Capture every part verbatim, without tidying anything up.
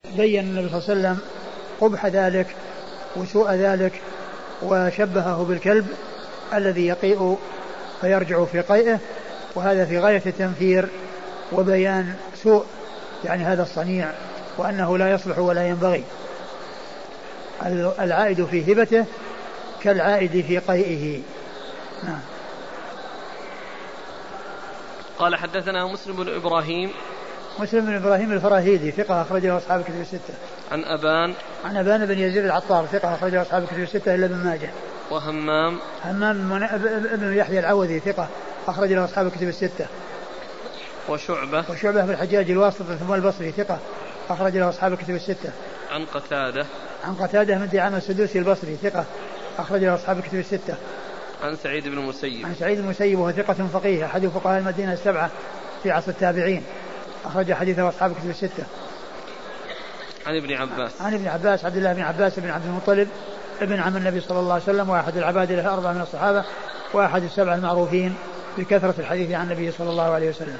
بين النبي صلى الله عليه وسلم قبح ذلك وسوء ذلك، وشبهه بالكلب الذي يقيء فيرجع في قيئه، وهذا في غاية التنفير وبيان سوء يعني هذا الصنيع، وأنه لا يصلح ولا ينبغي. العائد في هبته كالعائد في قيئه. نعم. قال حدثنا مسلم بن إبراهيم مسلم بن إبراهيم الفراهيدي ثقة أخرجه أصحاب الكتب الستة. عن أبان عن أبان بن يزيد العطار ثقة أخرجه أصحاب الكتب الستة إلا ابن ماجه. وهمام همام بن يحيى العوذي ثقة أخرج له أصحاب الكتب الستة. وشعبة وشعبة بن الحجاج الواسطي ثم البصري ثقة أخرج له أصحاب الكتب الستة. عن قتادة عن قتادة بن دعامة السدوسي البصري ثقة أخرج له أصحاب الكتب الستة. عن سعيد بن المسيب عن سعيد بن المسيب وهو ثقة فقيه أحد فقهاء المدينة السبعة في عصر التابعين أخرج حديثه أصحاب الكتب الستة. عن ابن عباس عن ابن عباس عبد الله بن عباس بن عبد المطلب ابن عم النبي صلى الله عليه وسلم، وأحد العباد له أربعة من الصحابة، وأحد السبع المعروفين بكثرة الحديث عن النبي صلى الله عليه وسلم.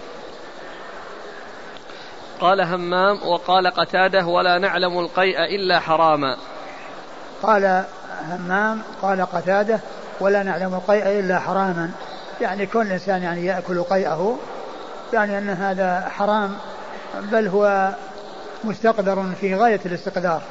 قال همام وقال قتادة ولا نعلم القيء إلا حراما. قال همام قال قتادة ولا نعلم القيء إلا حراما، يعني كل إنسان يعني يأكل قيئه يعني أن هذا حرام، بل هو مستقدر في غاية الاستقدار.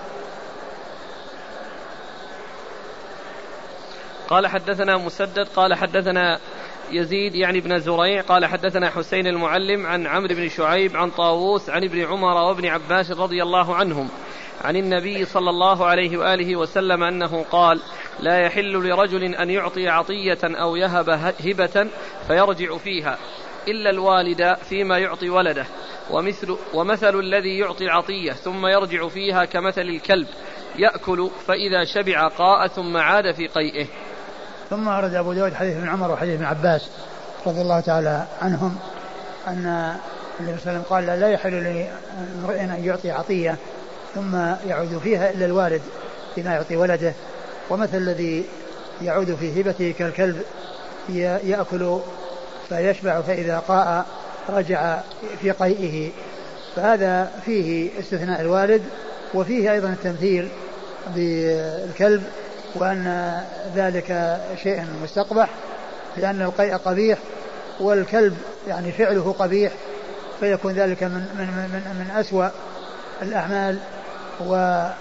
قال حدثنا مسدد قال حدثنا يزيد يعني بن زريع قال حدثنا حسين المعلم عن عمرو بن شعيب عن طاووس عن ابن عمر وابن عباس رضي الله عنهم عن النبي صلى الله عليه وآله وسلم أنه قال لا يحل لرجل أن يعطي عطية أو يهب هبة فيرجع فيها إلا الوالد فيما يعطي ولده، ومثل, ومثل الذي يعطي العطية ثم يرجع فيها كمثل الكلب يأكل فإذا شبع قاء ثم عاد في قيئه. ثم أرد أبو داود حديث ابن عمر وحديث ابن عباس رضي الله تعالى عنهم أن النبي صلى الله عليه وسلم قال لا يحل لامرئ أن يعطي عطية ثم يعود فيها إلا الوالد فيما يعطي ولده، ومثل الذي يعود في هبته كالكلب يأكل فيشبع فإذا قاء رجع في قيئه. فهذا فيه استثناء الوالد، وفيه أيضا التمثيل بالكلب، وأن ذلك شيء مستقبح لأن القيء قبيح والكلب يعني فعله قبيح، فيكون ذلك من, من, من, من أسوأ الأعمال وفعل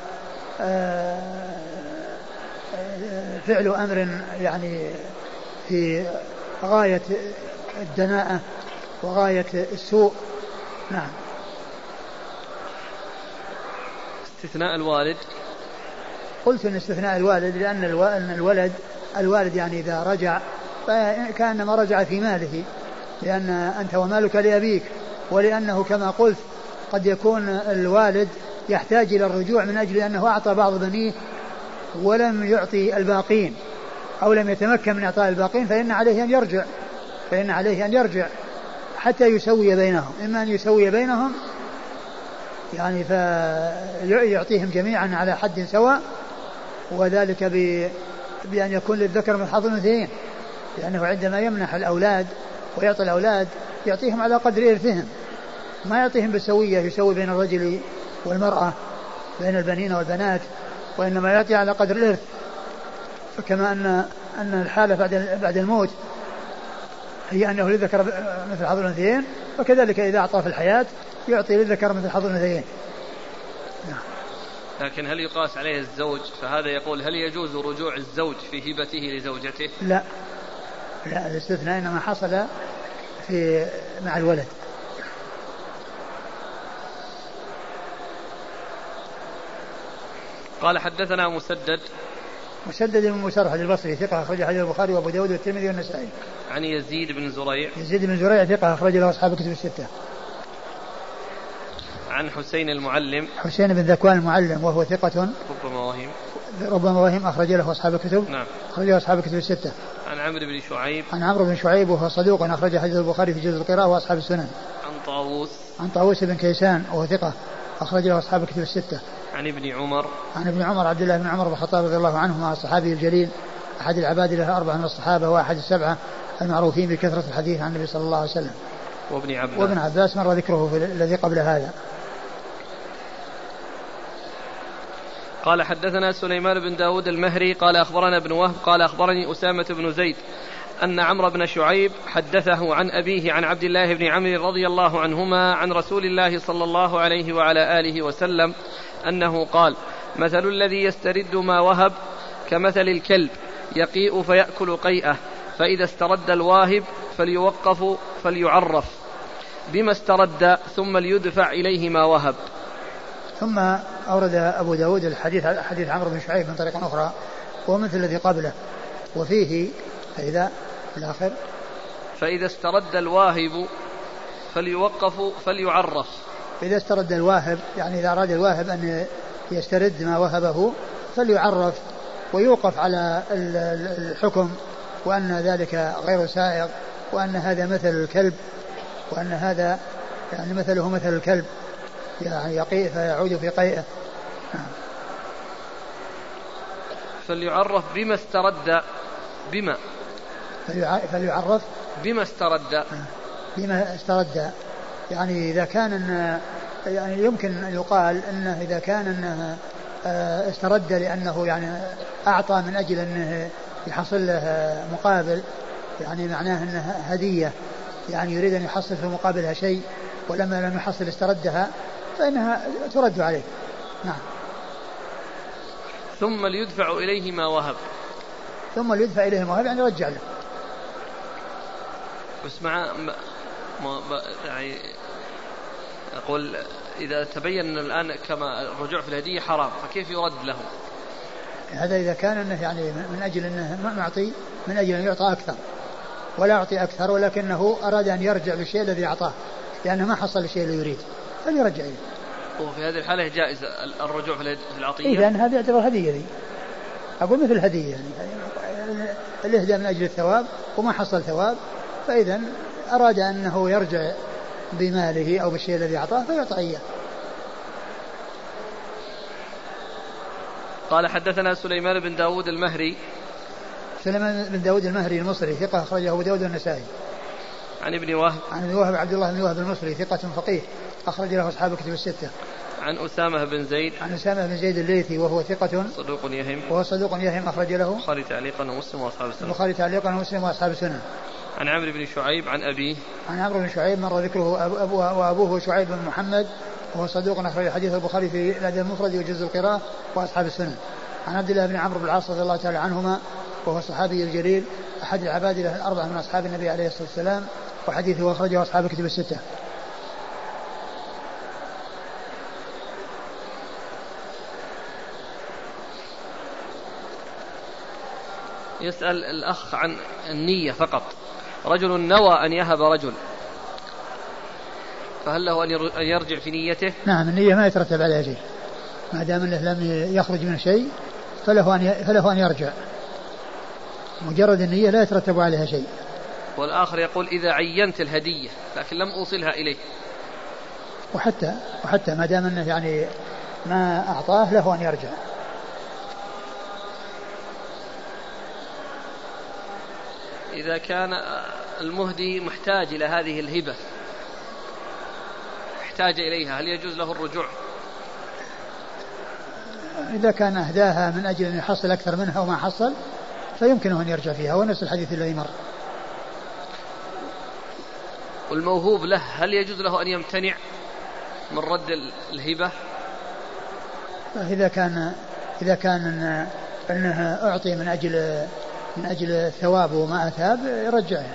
أمر يعني في غاية الدناءة وغاية السوء. نعم. استثناء الوالد قلت ان استثناء الوالد لأن الولد الوالد يعني إذا رجع فكأنما رجع في ماله، لأن أنت ومالك لأبيك، ولأنه كما قلت قد يكون الوالد يحتاج إلى الرجوع من أجل أنه أعطى بعض بنيه ولم يعطي الباقين أو لم يتمكن من إعطاء الباقين، فإن عليه أن يرجع فإن عليه أن يرجع حتى يسوي بينهم، إما أن يسوي بينهم يعني فيعطيهم جميعا على حد سواء، وذلك بأن يكون للذكر من حظ الأنثيين، لأنه عندما يمنح الأولاد ويعطي الأولاد يعطيهم على قدر إرثهم، ما يعطيهم بالسوية يسوي بين الرجل والمرأة بين البنين والبنات، وإنما يعطي على قدر الإرث. فكما أن أن الحالة بعد بعد الموت هي أنه للذكر مثل حظ الأنثيين، وكذلك إذا أعطى في الحياة يعطي للذكر مثل حظ الأنثيين. لكن هل يقاس عليه الزوج؟ فهذا يقول هل يجوز رجوع الزوج في هبته لزوجته؟ لا لا، الاستثناء إنما حصل في مع الولد. قال حدثنا مسدد مسدد بن مسرهد البصري ثقة أخرج حديث البخاري وأبو داود والترمذي والنسائي. عن يزيد بن زريع يزيد بن زريع ثقة أخرج له أصحاب الكتب الستة. عن حسين المعلم حسين بن ذكوان المعلم وهو ثقة ربما وهم ربما وهم أخرج له أصحاب الكتب. نعم. أخرج له أصحاب الكتب الستة. عن عمرو بن شعيب عن عمرو بن شعيب وهو صدوق أخرج حديث البخاري في جزء القراءة وأصحاب السنن. عن طاووس عن طاووس بن كيسان وهو ثقة أخرج له أصحاب الكتب الستة. عن ابن عمر عن ابن عمر عبد الله بن عمر بن الخطاب رضي الله عنهما الصحابي الجليل أحد العباد له أربعة من الصحابة وأحد السبعة المعروفين بكثرة الحديث عن النبي صلى الله عليه وسلم. وابن عباس وابن عباس مر ذكره في الذي قبل هذا. قال حدثنا سليمان بن داود المهري قال أخبرنا ابن وهب قال أخبرني أسامة بن زيد أن عمرو بن شعيب حدثه عن أبيه عن عبد الله بن عمرو رضي الله عنهما عن رسول الله صلى الله عليه وعلى آله وسلم أنه قال: مثل الذي يسترد ما وهب كمثل الكلب يقيء فيأكل قيئة، فإذا استرد الواهب فليوقف فليعرف بما استرد ثم ليدفع إليه ما وهب. ثم أورد أبو داود الحديث حديث عمرو بن شعيب من طريق أخرى ومثل الذي قبله، وفيه فإذا الآخر فإذا استرد الواهب فليوقف فليعرف. فإذا استرد الواهب يعني إذا أراد الواهب أن يسترد ما وهبه فليعرف ويوقف على الحكم، وأن ذلك غير سائغ، وأن هذا مثل الكلب، وأن هذا يعني مثله مثل الكلب يعني يقيء فيعود في قيئه. فليعرف بما استرد بما فليعرف بما استرد بما استرد يعني إذا كان إن يعني يمكن أن يقال أنه إذا كان أنه استرد لأنه يعني أعطى من أجل أنه يحصل له مقابل، يعني معناه أنها هدية، يعني يريد أن يحصل في مقابلها شيء، ولما لم يحصل استردها فإنها ترد عليه. نعم. ثم ليدفع إليه ما وهب. ثم ليدفع إليه ما وهب يعني يرجع له. بس مع ما يعني أقول إذا تبين الآن كما الرجوع في الهدية حرام فكيف يرد له؟ هذا إذا كان أنه يعني من أجل أنه معطي من أجل أن يعطى أكثر ولا يعطي أكثر، ولكنه أراد أن يرجع بالشيء الذي أعطاه لأنه ما حصل الشيء الذي يريد فليرجع إليه. وفي هذه الحالة جائز الرجوع في العطية؟ إذن هذا يعتبر هدية ذي. أقول مثل هدية يعني الإهداء من أجل الثواب وما حصل ثواب، فإذا أراد أنه يرجع بماله أو بالشيء الذي أعطاه فيعطى إياه. قال حدثنا سليمان بن داود المهري. سليمان بن داود المهري المصري ثقة أخرجه أبو داود والنسائي. عن ابن وهب. عن ابن وهب عبد الله بن وهب المصري ثقة فقيه أخرج له أصحاب الكتب الستة. عن أسامة بن زيد. عن أسامة بن زيد الليثي وهو ثقة صدوق يهم. وهو صدوق يهم أخرج له البخاري تعليقا ومسلم وأصحاب السنن. البخاري تعليقا ومسلم وأصحاب السنن. عن عمرو بن شعيب عن أبيه. عن عمرو بن شعيب مر ذكره أبوه وأبوه شعيب بن محمد وهو صدوق أخرج حديث البخاري في الأدب المفرد وجزء القراءة وأصحاب السنن. عن عبد الله بن عمرو بن العاص رضي الله تعالى عنهما وهو الصحابي الجليل أحد العباد له الأربعة من أصحاب النبي عليه الصلاة والسلام، وحديثه أخرجه أصحاب الكتب الستة. يسأل الأخ عن النية فقط. رجل نوى أن يهب رجل فهل له أن يرجع في نيته؟ نعم، النية ما يترتب عليها شيء ما دام أنه لم يخرج من شيء فله أن فله أن يرجع، مجرد النية لا يترتب عليها شيء. والآخر يقول إذا عينت الهدية لكن لم أوصلها إليه، وحتى وحتى ما دام أنه يعني ما أعطاه له أن يرجع. إذا كان المهدي محتاج إلى هذه الهبة احتاج إليها هل يجوز له الرجوع؟ إذا كان أهداها من أجل أن يحصل أكثر منها وما حصل فيمكنه أن يرجع فيها، ونفس الحديث الذي مر. والموهوب له هل يجوز له أن يمتنع من رد الهبة؟ إذا كان إذا كان أنه أعطي من أجل من أجل الثواب وما أثاب يرجعها.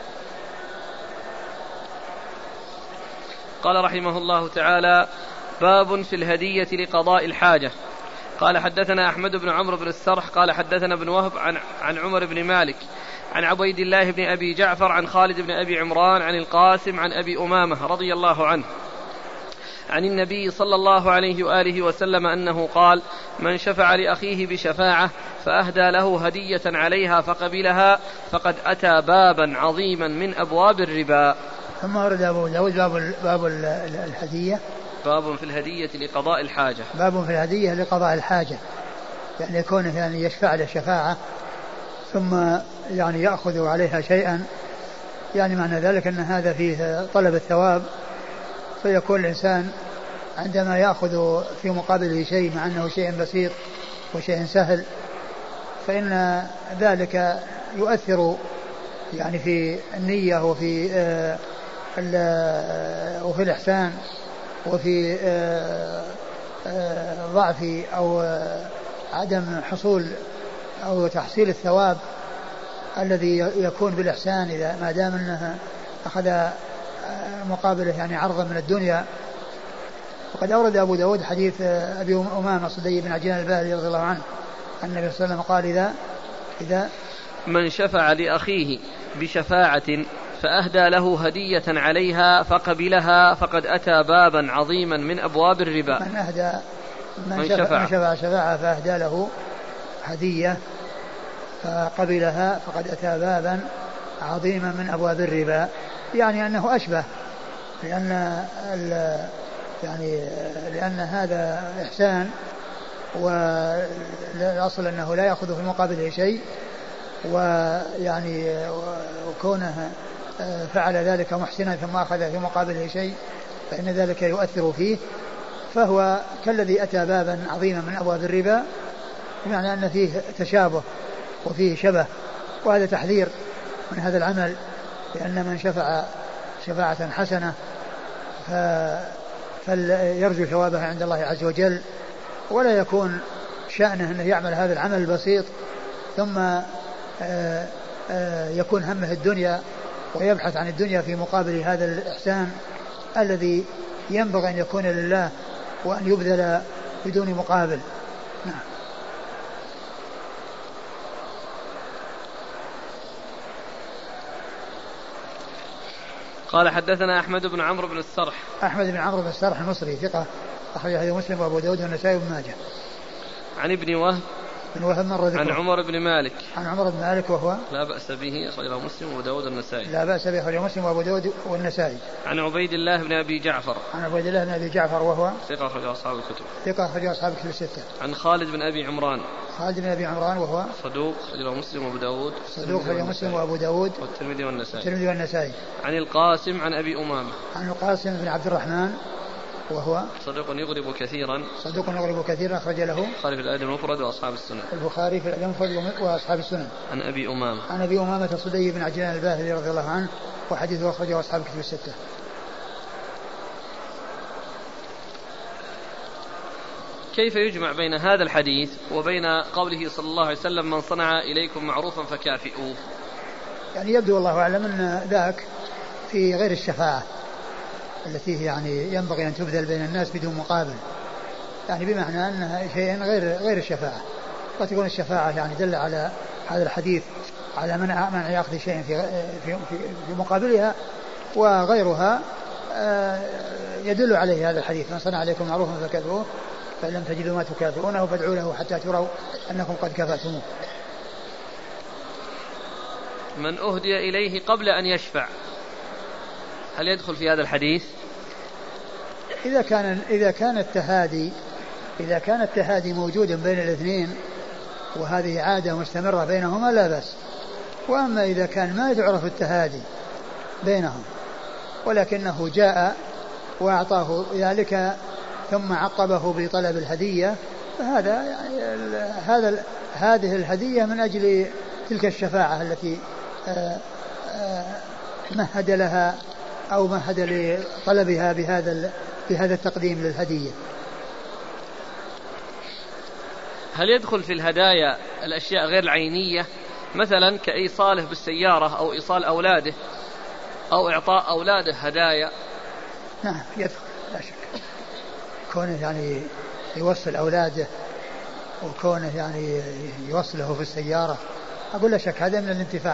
قال رحمه الله تعالى: باب في الهدية لقضاء الحاجة. قال حدثنا أحمد بن عمرو بن السرح قال حدثنا ابن وهب عن, عن عمر بن مالك عن عبيد الله بن أبي جعفر عن خالد بن أبي عمران عن القاسم عن أبي أمامة رضي الله عنه عن النبي صلى الله عليه وآله وسلم أنه قال: من شفع لأخيه بشفاعة فأهدى له هدية عليها فقبلها فقد أتى بابا عظيما من أبواب الربا. ثم ورد أبو داود باب, باب الهدية. باب في الهدية لقضاء الحاجة. باب في الهدية لقضاء الحاجة، يعني يكون يعني يشفع له شفاعة ثم يعني يأخذ عليها شيئا، يعني معنى ذلك أن هذا فيه طلب الثواب، فيكون الإنسان عندما يأخذ في مقابله شيء مع أنه شيء بسيط وشيء سهل فإن ذلك يؤثر يعني في النية وفي آه وفي الإحسان وفي آه آه ضعف أو آه عدم حصول أو تحصيل الثواب الذي يكون بالإحسان إذا ما دام أنها أخذ مقابله يعني عرضا من الدنيا. وقد أورد أبو داود حديث أبي أمامة صدي بن عجلان الباهلي رضي الله عنه أن النبي صلى الله عليه وسلم قال إذا إذا من شفع لأخيه بشفاعة فأهدى له هدية عليها فقبلها فقد أتى بابا عظيما من أبواب الربا. من أهدى من, من شفع, شفع. من شفع شفاعة فأهدى له هدية فقبلها فقد أتى بابا عظيما من أبواب الربا، يعني أنه أشبه لأن يعني لأن هذا إحسان والأصل أنه لا يأخذ في مقابله شيء، ويعني وكونه فعل ذلك محسنا ثم أخذ في مقابله شيء فإن ذلك يؤثر فيه، فهو كالذي أتى بابا عظيما من أبواب الربا، بمعنى أن فيه تشابه وفيه شبه، وهذا تحذير من هذا العمل، لأن من شفع شفاعة حسنة فليرجو ثوابها عند الله عز وجل، ولا يكون شأنه أنه يعمل هذا العمل البسيط ثم يكون همه الدنيا ويبحث عن الدنيا في مقابل هذا الإحسان الذي ينبغي أن يكون لله وأن يبذل بدون مقابل. نعم. قال حدثنا أحمد بن عمرو بن السرح. أحمد بن عمرو بن السرح المصري ثقة أخرج حديث مسلم وأبو داود والنسائي وابن ماجه. عن ابن وهب بن وهب مر ذكره. عن عمر بن مالك. عن عمر بن مالك وهو لا بأس به أخرجه مسلم وأبو داود والنسائي. لا بأس به أخرجه مسلم وأبو داود والنسائي. عن عبيد الله بن أبي جعفر. عن عبيد الله بن أبي جعفر وهو ثقة أخرجه أصحاب الكتب. ثقة أخرجه أصحاب الكتب الستة. عن خالد بن أبي عمران. خالد بن أبي عمران وهو صدوق أخرجه مسلم وأبو داود. صدوق أخرجه مسلم وأبو داود والترمذي والنسائي. الترمذي والنسائي. عن القاسم عن أبي أمامة. عن القاسم بن عبد الرحمن وهو صدوق يغرب كثيرا. صدوق يغرب كثيرا أخرج له البخاري في الأدب المفرد وأصحاب السنن. البخاري في الأدب المفرد وأصحاب السنن. عن أبي أمامة. عن أبي أمامة صدي بن عجلان الباهلي رضي الله عنه وحديثه أخرجه أصحاب الكتب الستة. كيف يجمع بين هذا الحديث وبين قوله صلى الله عليه وسلم من صنع إليكم معروفا فكافئوه؟ يعني يبدو والله أعلم أن ذاك في غير الشفاعة التي يعني ينبغي أن تبذل بين الناس بدون مقابل، يعني بمعنى أنها شيء غير غير الشفاعة، وتكون الشفاعة يعني دل على هذا الحديث على منع منع يأخذ شيء في في في مقابلها، وغيرها يدل عليه هذا الحديث من صنع عليكم معروفا فكافئوه فإن لم تجدوا ما تكافئونه فادعوا له حتى تروا أنكم قد كافأتموه. من أهدي إليه قبل أن يشفع هل يدخل في هذا الحديث؟ إذا كان إذا كان التهادي إذا كان التهادي موجودا بين الاثنين وهذه عادة مستمرة بينهما لا بأس، وأما إذا كان ما تعرف التهادي بينهم ولكنه جاء وأعطاه ذلك ثم عقبه بطلب الهدية فهذا يعني هذا هذه الهدية من أجل تلك الشفاعة التي آآ آآ مهد لها أو مهد لطلبها بهذا بهذا التقديم للهدية. هل يدخل في الهدايا الأشياء غير العينية مثلا كإيصاله بالسيارة أو إيصال أولاده أو إعطاء أولاده هدايا؟ نعم يدخل لا شك، كونه يعني يوصل أولاده وكونه يعني يوصله في السيارة أقول لا شك هذا من الانتفاع.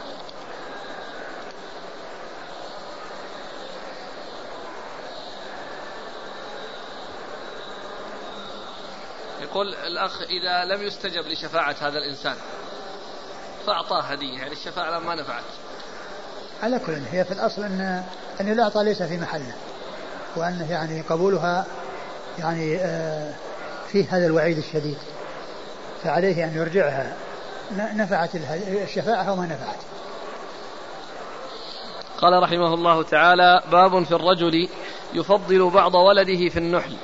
يقول الأخ إذا لم يستجب لشفاعة هذا الإنسان فأعطاه هدية، يعني الشفاعة ما نفعت. على كل هي في الأصل أن أن الإعطاء ليس في محله، وأنه يعني قبولها يعني آه فيه هذا الوعيد الشديد، فعليه أن يرجعها نفعت الشفاعة أو ما نفعت. قال رحمه الله تعالى: باب في الرجل يفضل بعض ولده في النحل.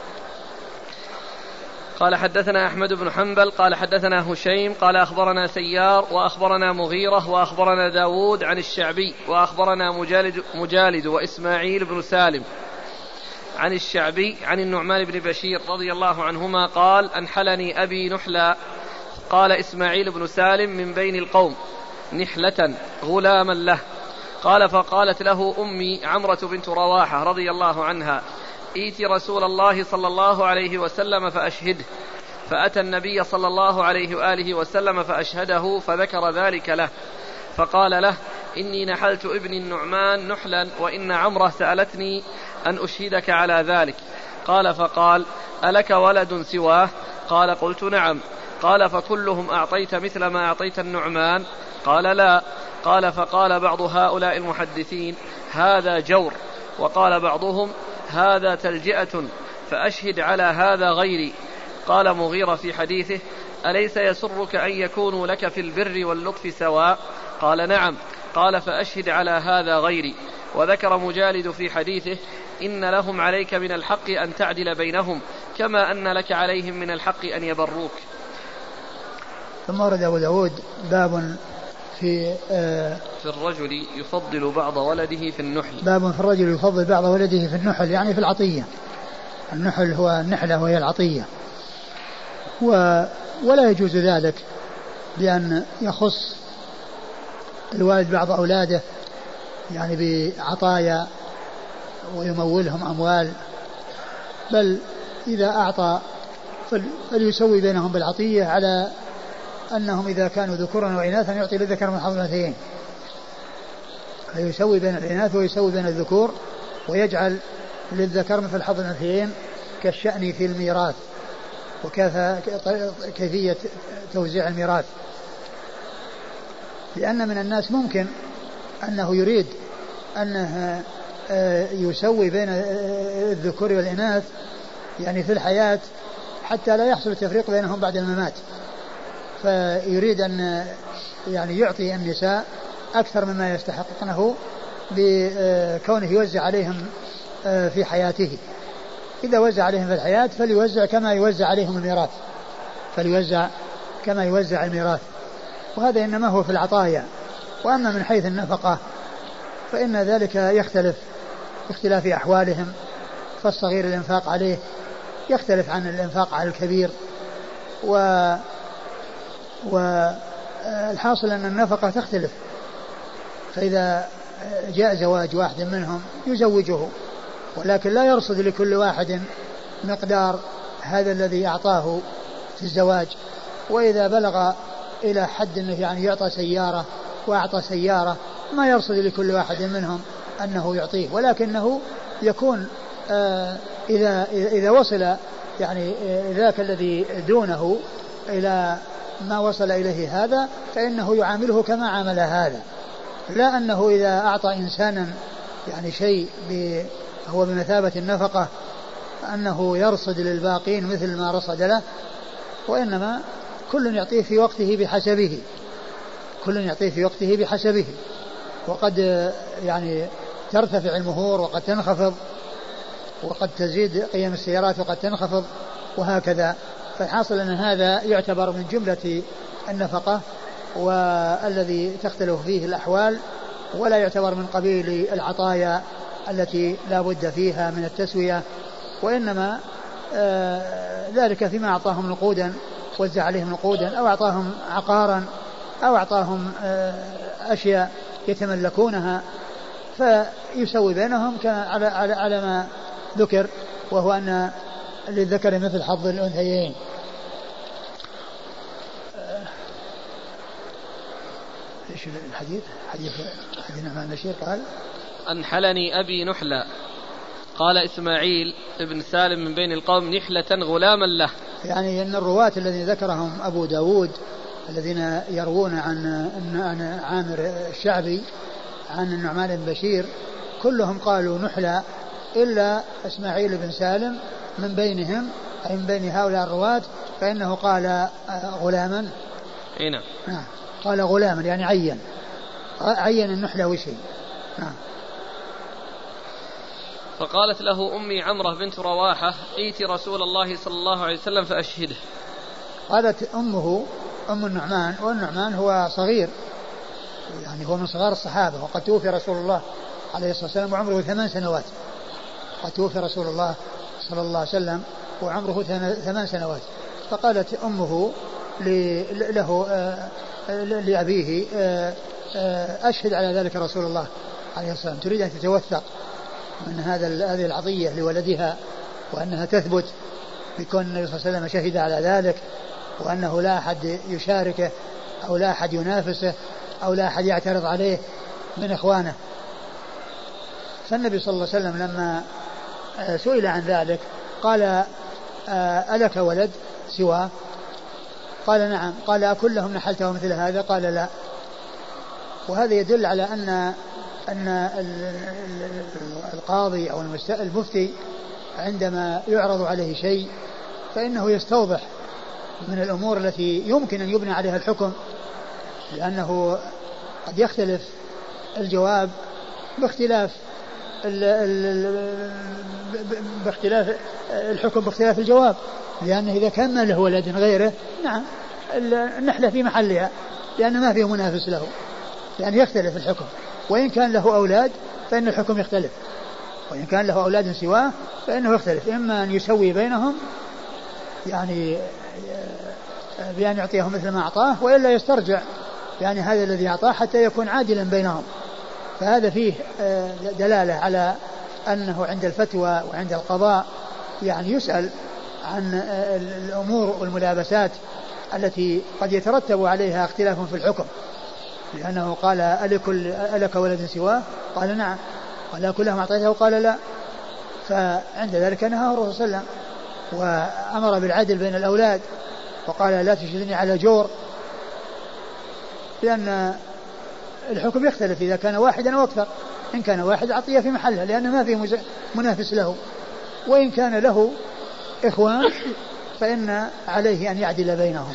قال حدثنا أحمد بن حنبل قال حدثنا هشيم قال أخبرنا سيار وأخبرنا مغيرة وأخبرنا داود عن الشعبي وأخبرنا مجالد, مجالد وإسماعيل بن سالم عن الشعبي عن النعمان بن بشير رضي الله عنهما قال أنحلني أبي نحلا. قال إسماعيل بن سالم من بين القوم نحلة غلاما له. قال فقالت له أمي عمرة بنت رواحة رضي الله عنها ائت رسول الله صلى الله عليه وسلم فأشهده. فأتى النبي صلى الله عليه وآله وسلم فأشهده فذكر ذلك له فقال له إني نحلت ابني النعمان نحلا وإن عمرة سألتني أن أشهدك على ذلك. قال فقال ألك ولد سواه؟ قال قلت نعم. قال فكلهم أعطيت مثل ما أعطيت النعمان؟ قال لا. قال فقال بعض هؤلاء المحدثين هذا جور، وقال بعضهم هذا تلجئة، فأشهد على هذا غيري. قال مغيرة في حديثه أليس يسرك أن يكونوا لك في البر واللطف سواء؟ قال نعم. قال فأشهد على هذا غيري. وذكر مجالد في حديثه إن لهم عليك من الحق أن تعدل بينهم كما أن لك عليهم من الحق أن يبروك. ثم ورد أبو داود باب في آه في الرجل يفضل بعض ولده في النحل. باب في الرجل يفضل بعض ولده في النحل، يعني في العطية. النحل هو النحلة وهي العطية، و ولا يجوز ذلك بأن يخص الوالد بعض أولاده يعني بعطايا ويمولهم أموال، بل إذا أعطى فليسوي بينهم بالعطية على أنهم إذا كانوا ذكورا وإناثا يعطي للذكر من حظ الأنثيين، فيسوي بين الإناث ويسوي بين الذكور ويجعل للذكر مثل حظ الأنثيين كالشأن في الميراث وكيفية توزيع الميراث. لأن من الناس ممكن أنه يريد أنه يسوي بين الذكور والإناث يعني في الحياة حتى لا يحصل التفريق بينهم بعد الممات، فيريد أن يعني يعطي النساء أكثر مما يستحقنه بكونه يوزع عليهم في حياته. إذا وزع عليهم في الحياة فليوزع كما يوزع عليهم الميراث، فليوزع كما يوزع الميراث، وهذا إنما هو في العطايا. وأما من حيث النفقة فإن ذلك يختلف باختلاف أحوالهم، فالصغير الإنفاق عليه يختلف عن الإنفاق على الكبير، و والحاصل أن النفقة تختلف. فإذا جاء زواج واحد منهم يزوجه، ولكن لا يرصد لكل واحد مقدار هذا الذي أعطاه في الزواج. وإذا بلغ إلى حد أنه يعني يعطى سيارة وأعطى سيارة ما يرصد لكل واحد منهم أنه يعطيه، ولكنه يكون آه إذا إذا وصل يعني ذاك الذي دونه إلى ما وصل إليه هذا فإنه يعامله كما عامل هذا، لا أنه إذا أعطى إنسانا يعني شيء هو بمثابة النفقة أنه يرصد للباقين مثل ما رصد له، وإنما كل يعطيه في وقته بحسبه، كل يعطيه في وقته بحسبه. وقد يعني ترتفع المهور وقد تنخفض، وقد تزيد قيم السيارات وقد تنخفض، وهكذا. فالحاصل أن هذا يعتبر من جملة النفقة والذي تختلف فيه الأحوال، ولا يعتبر من قبيل العطايا التي لا بد فيها من التسوية، وإنما آه ذلك فيما أعطاهم نقودا وزع عليهم نقودا، أو أعطاهم عقارا، أو أعطاهم آه أشياء يتملكونها، فيسوي بينهم على, على, على ما ذكر، وهو أن للذكر مثل حظ الأنثيين. ايش الحديث؟ حديث حديث النعمان بن بشير قال أنحلني أبي نحلا. قال إسماعيل ابن سالم من بين القوم نحلة غلاما له، يعني أن الرواة الذين ذكرهم أبو داود الذين يروون عن عن عامر الشعبي عن النعمان بن بشير كلهم قالوا نحلا إلا إسماعيل بن سالم من بينهم، أي من بين هؤلاء الرواة، فإنه قال غلاما. نعم. نعم قال غلاما يعني عين عين النحلة وشيء. نعم. فقالت له أمي عمرة بنت رواحة ائت رسول الله صلى الله عليه وسلم فأشهده. قالت أمه أم النعمان، والنعمان هو صغير يعني هو من صغار الصحابة، وقد توفي رسول الله عليه الصلاة والسلام وعمره ثمان سنوات. قد توفي رسول الله صلى الله عليه وسلم وعمره ثمان سنوات. فقالت أمه له لأبيه أشهد على ذلك رسول الله عليه الصلاة والسلام، تريد أن تتوثق من هذا هذه العطية لولدها، وأنها تثبت بكون النبي صلى الله عليه وسلم شهد على ذلك، وأنه لا أحد يشاركه أو لا أحد ينافسه أو لا أحد يعترض عليه من إخوانه. فالنبي صلى الله عليه وسلم لما سئل عن ذلك قال ألك ولد سواه؟ قال نعم. قال أكلهم نحلته مثل هذا؟ قال لا. وهذا يدل على أن أن القاضي أو المفتي عندما يعرض عليه شيء فإنه يستوضح من الأمور التي يمكن أن يبنى عليها الحكم، لأنه قد يختلف الجواب باختلاف باختلاف الحكم باختلاف الجواب، لأنه إذا كان ما له ولد غيره نعم النحلة في محلها لأن ما فيه منافس له، يعني يختلف الحكم. وإن كان له أولاد فإن الحكم يختلف، وإن كان له أولاد سواه فإنه يختلف، إما أن يسوي بينهم يعني بأن يعطيهم مثل ما أعطاه، وإلا يسترجع يعني هذا الذي أعطاه حتى يكون عادلا بينهم. فهذا فيه دلالة على أنه عند الفتوى وعند القضاء يعني يسأل عن الأمور والملابسات التي قد يترتب عليها اختلاف في الحكم، لأنه قال ألك ولد سواه؟ قال نعم. قال كلهم أعطيته؟ قال لا. فعند ذلك نهاه الرسول صلى الله عليه وسلم وأمر بالعدل بين الأولاد، وقال لا تشهدني على جور، لأن الحكم يختلف إذا كان واحدا أو أكثر. إن كان واحد عطية في محلها لأن ما فيه منافس له، وإن كان له إخوان فإن عليه أن يعدل بينهم.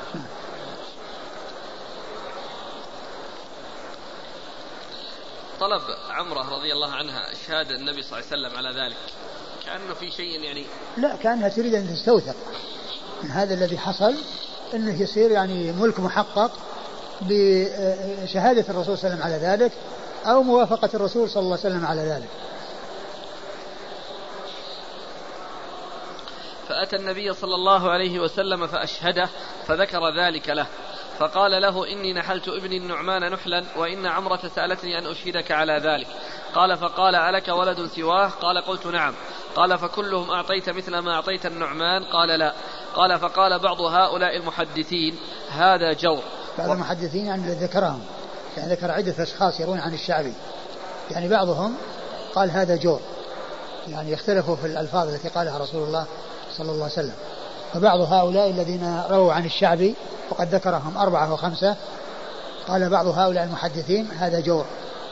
طلب عمرة رضي الله عنها شهادة النبي صلى الله عليه وسلم على ذلك كأنه في شيء يعني لا، كأنها تريد أن تستوثق من هذا الذي حصل، أنه يصير يعني ملك محقق بشهادة الرسول صلى الله عليه وسلم على ذلك أو موافقة الرسول صلى الله عليه وسلم على ذلك. فأتى النبي صلى الله عليه وسلم فأشهده فذكر ذلك له، فقال له إني نحلت ابني النعمان نحلا وإن عمرة سألتني أن أشهدك على ذلك. قال فقال ألك ولد سواه؟ قال قلت نعم. قال فكلهم أعطيت مثل ما أعطيت النعمان؟ قال لا. قال فقال بعض هؤلاء المحدثين هذا جور. بعض المحدثين يعني ذكرهم يعني ذكر عدة أشخاص يرون عن الشعبي، يعني بعضهم قال هذا جور، يعني يختلفوا في الألفاظ التي قالها رسول الله صلى الله عليه وسلم. فبعض هؤلاء الذين رووا عن الشعبي وقد ذكرهم أربعة وخمسة قال بعض هؤلاء المحدثين هذا جور.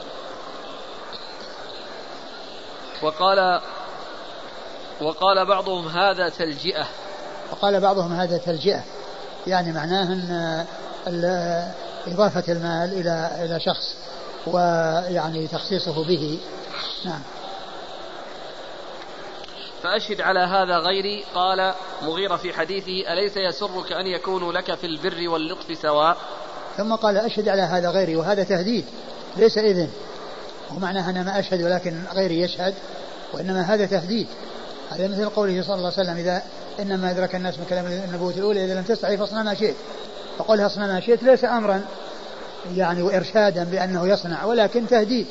وقال وقال بعضهم هذا تلجئة. وقال بعضهم هذا تلجئة، يعني معناه أن إضافة المال إلى إلى شخص ويعني تخصيصه به. نعم. فأشهد على هذا غيري. قال مغيرة في حديثه أليس يسرك أن يكونوا لك في البر واللطف سواء؟ ثم قال أشهد على هذا غيري، وهذا تهديد ليس إذن، ومعناه أنا ما أشهد ولكن غيري يشهد، وإنما هذا تهديد. هذا مثل قوله صلى الله عليه وسلم إذا إنما أدرك الناس من كلام النبوة الأولى إذا لم تستحي فاصنع ما شئت. فقولها اصنع ما شئت ليس أمرا يعني وإرشادا بأنه يصنع، ولكن تهديد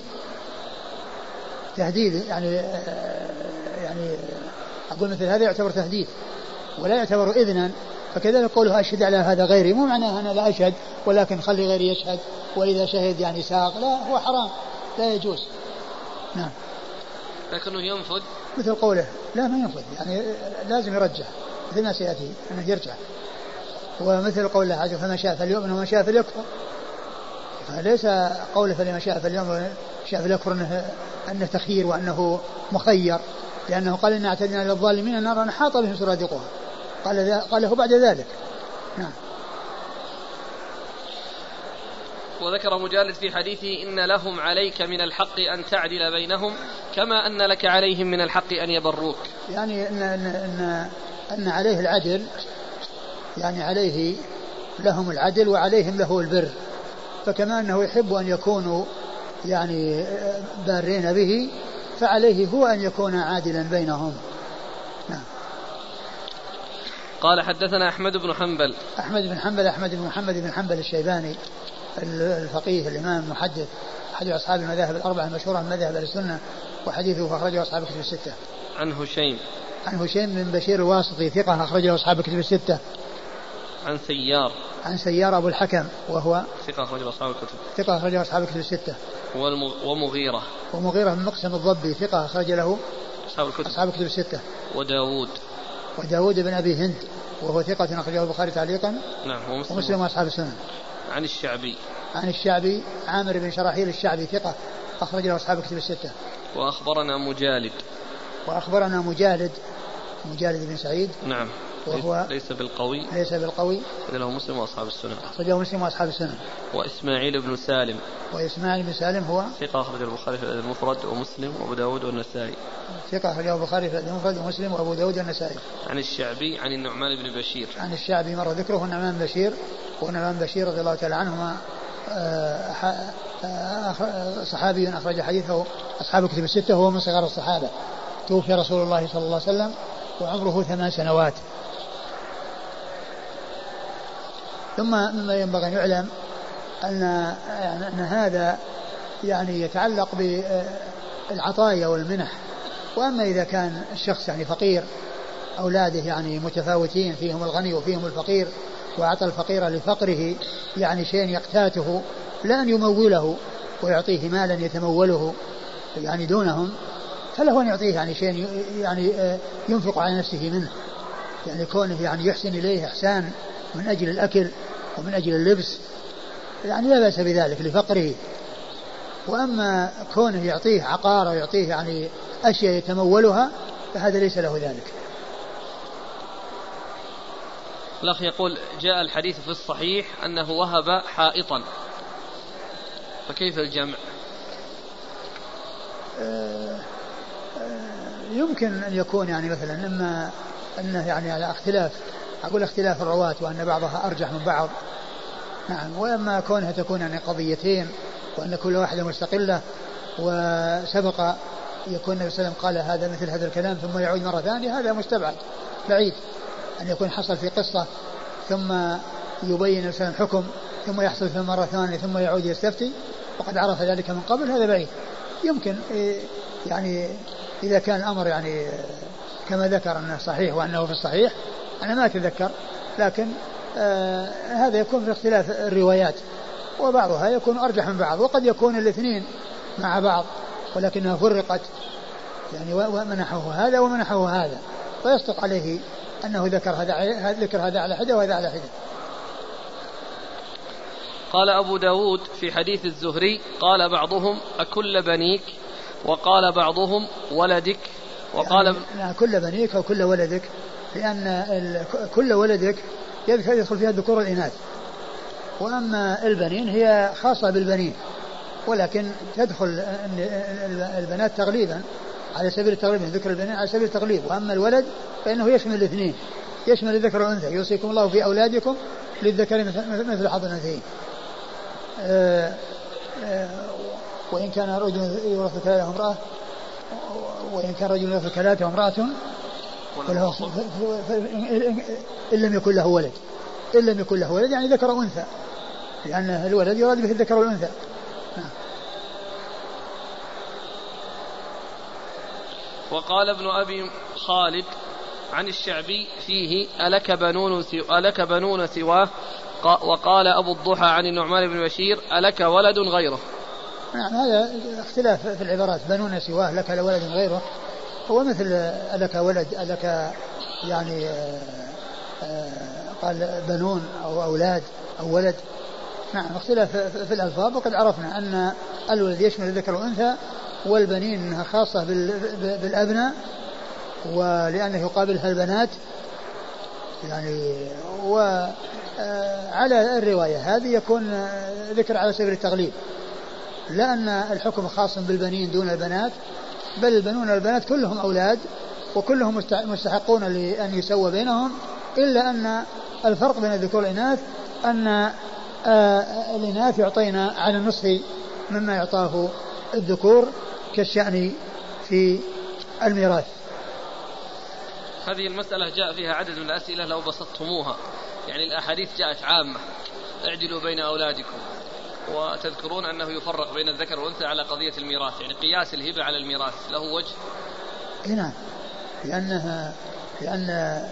تهديد يعني يعني أقول مثل هذا يعتبر تهديد ولا يعتبر إذنا. فكذلك قوله أشهد على هذا غيري مو معناه أنا لا أشهد ولكن خلي غيري يشهد، وإذا شهد يعني ساق، لا هو حرام لا يجوز. نعم. لكنه ينفذ مثل قوله لا ما ينفذ، يعني لازم يرجع مثل ما سيأتي أنه يرجع. ومثل قول الله عز وجل فما شاء فليؤمن وما شاء فليكفر، فليس قوله فلما شاء فليؤمن وما شاء فليكفر أنه, أنه تخيير وأنه مخير، لأنه قال إن اعتدنا للظالمين نارا حاط بهم سرادقها، قال قاله بعد ذلك. نعم. وذكر مجالد في حديثه إن لهم عليك من الحق أن تعدل بينهم كما أن لك عليهم من الحق أن يبروك. يعني أن, أن, أن, أن عليه العدل، يعني عليه لهم العدل وعليهم له البر، فكما أنه يحب أن يكونوا يعني بارين به فعليه هو أن يكون عادلا بينهم. نعم. قال حدثنا أحمد بن حنبل. أحمد بن حنبل أحمد بن محمد بن حنبل الشيباني الفقيه الإمام المحدث أحد أصحاب المذاهب الأربعة المشهورة من مذاهب السنة، وحديثه أخرجه أصحاب الكتب الستة. عن هشيم. عن هشيم بن بشير الواسطي ثقة أخرجه أصحاب الكتب الستة. عن سيار. عن سيار أبو الحكم وهو ثقة أخرجه أصحاب الكتب. ثقة أخرجه أصحاب الكتب الستة. ومغيرة. ومغيرة بن مقسم الضبي ثقة أخرج له أصحاب الكتب. أصحاب الكتب الستة. وداود. وداود بن أبي هند وهو ثقة أخرجه البخاري تعليقا. نعم. ومسلم, ومسلم وأصحاب السنن. عن الشعبي. عن الشعبي عامر بن شراحيل الشعبي ثقة أخرج له أصحاب الكتب الستة. وأخبرنا مجالد. وأخبرنا مجالد مجالد بن سعيد. نعم. وهو ليس بالقوي. ليس بالقوي. له مسلم وأصحاب السنن. أخرجه مسلم وأصحاب السنن. وإسماعيل بن سالم. وإسماعيل بن سالم هو ثقة أخرجه البخاري في المفرد ومسلم وأبو داود والنسائي. ثقة أخرجه البخاري في المفرد ومسلم وأبو داود والنسائي. عن الشعبي عن النعمان بن بشير. عن الشعبي مر ذكره النعمان بن بشير، والنعمان بن بشير رضي الله تعالى عنهما صحابي أخرج حديثه أصحاب الكتب الستة، وهو من صغار الصحابة، توفي رسول الله صلى الله عليه وسلم وعمره ثمان سنوات. ثم مما ينبغي أن يعلم أن, أن هذا يعني يتعلق بالعطايا والمنح. وأما إذا كان الشخص يعني فقير، أولاده يعني متفاوتين، فيهم الغني وفيهم الفقير، وأعطى الفقير لفقره يعني شيء يقتاته، لا أن يموله ويعطيه مالا يتموله يعني دونهم، فله أن يعطيه يعني شيء يعني ينفق على نفسه منه، يعني كونه يعني يحسن إليه إحسان من أجل الأكل ومن أجل اللبس، يعني لا بأس بذلك لفقره. وأما كونه يعطيه عقار ويعطيه يعني أشياء يتمولها فهذا ليس له ذلك. الأخ يقول جاء الحديث في الصحيح أنه وهب حائطا، فكيف الجمع؟ آه آه يمكن أن يكون يعني مثلا إما أنه يعني على اختلاف، أقول اختلاف الرواة وأن بعضها أرجح من بعض، نعم. وأما كونها تكون يعني قضيتين وأن كل واحدة مستقلة، وسبق يكون النبي صلى الله عليه وسلم قال هذا مثل هذا الكلام ثم يعود مرة ثانية، هذا مستبعد بعيد. أن يكون حصل في قصة ثم يبين النبي صلى الله عليه وسلم حكم ثم يحصل في مرة ثانية ثم يعود يستفتي وقد عرف ذلك من قبل، هذا بعيد. يمكن يعني إذا كان الأمر يعني كما ذكر أنه صحيح وأنه في الصحيح، أنا ما أتذكر، لكن آه هذا يكون في اختلاف الروايات، وبعضها يكون أرجح من بعض، وقد يكون الاثنين مع بعض ولكنها فرقت يعني ومنحه هذا ومنحه هذا، فيصدق عليه أنه ذكر هذا ذكر هذا على حدة وهذا على حدة. قال أبو داود في حديث الزهري قال بعضهم أكل بنيك، وقال بعضهم ولدك، وقال يعني كل بنيك أو كل ولدك، لأن كل ولدك يدخل فيها الذكور والإناث، وأما البنين هي خاصة بالبنين، ولكن تدخل البنات تغليبا على سبيل التغليب، ذكر البنين على سبيل التغليب. وأما الولد فإنه يشمل الاثنين، يشمل الذكر والأنثى. يوصيكم الله في أولادكم للذكر مثل حظ الأنثيين. أه أه وإن كان رجل يورث كلالة امرأة، وإن كان رجل يورث كلالة امرأة إن لم يكن له ولد، إن لم يكن له ولد يعني ذكر وأنثى، لأن الولد يراد به الذكر والأنثى. وقال ابن أبي خالد عن الشعبي فيه ألك بنون, سو... ألك بنون سواه، وقال أبو الضحى عن النعمان بن بشير ألك ولد غيره. نعم، هذا اختلاف في العبارات، بنون سواه لك ولد غيره، هو مثل ألك ولد ألك يعني آآ آآ قال بنون أو أولاد أو ولد. نعم، اختلاف في الألفاظ. وقد عرفنا أن الولد يشمل الذكر والأنثى، والبنين انها خاصة بالأبناء، ولأنه يقابلها البنات يعني وعلى الرواية هذه يكون ذكر على سبيل التغليب، لا أن الحكم خاص بالبنين دون البنات، بل البنون والبنات كلهم أولاد وكلهم مستحقون لأن يسوى بينهم، إلا أن الفرق بين الذكور والإناث أن الإناث يعطين على النصف مما يعطاه الذكور كالشأن في الميراث. هذه المسألة جاء فيها عدد من الأسئلة لو بسطتموها، يعني الأحاديث جاءت عامة اعدلوا بين أولادكم، وتذكرون أنه يفرق بين الذكر والأنثى على قضية الميراث، يعني قياس الهبة على الميراث له وجه؟ نعم، لأنها لأن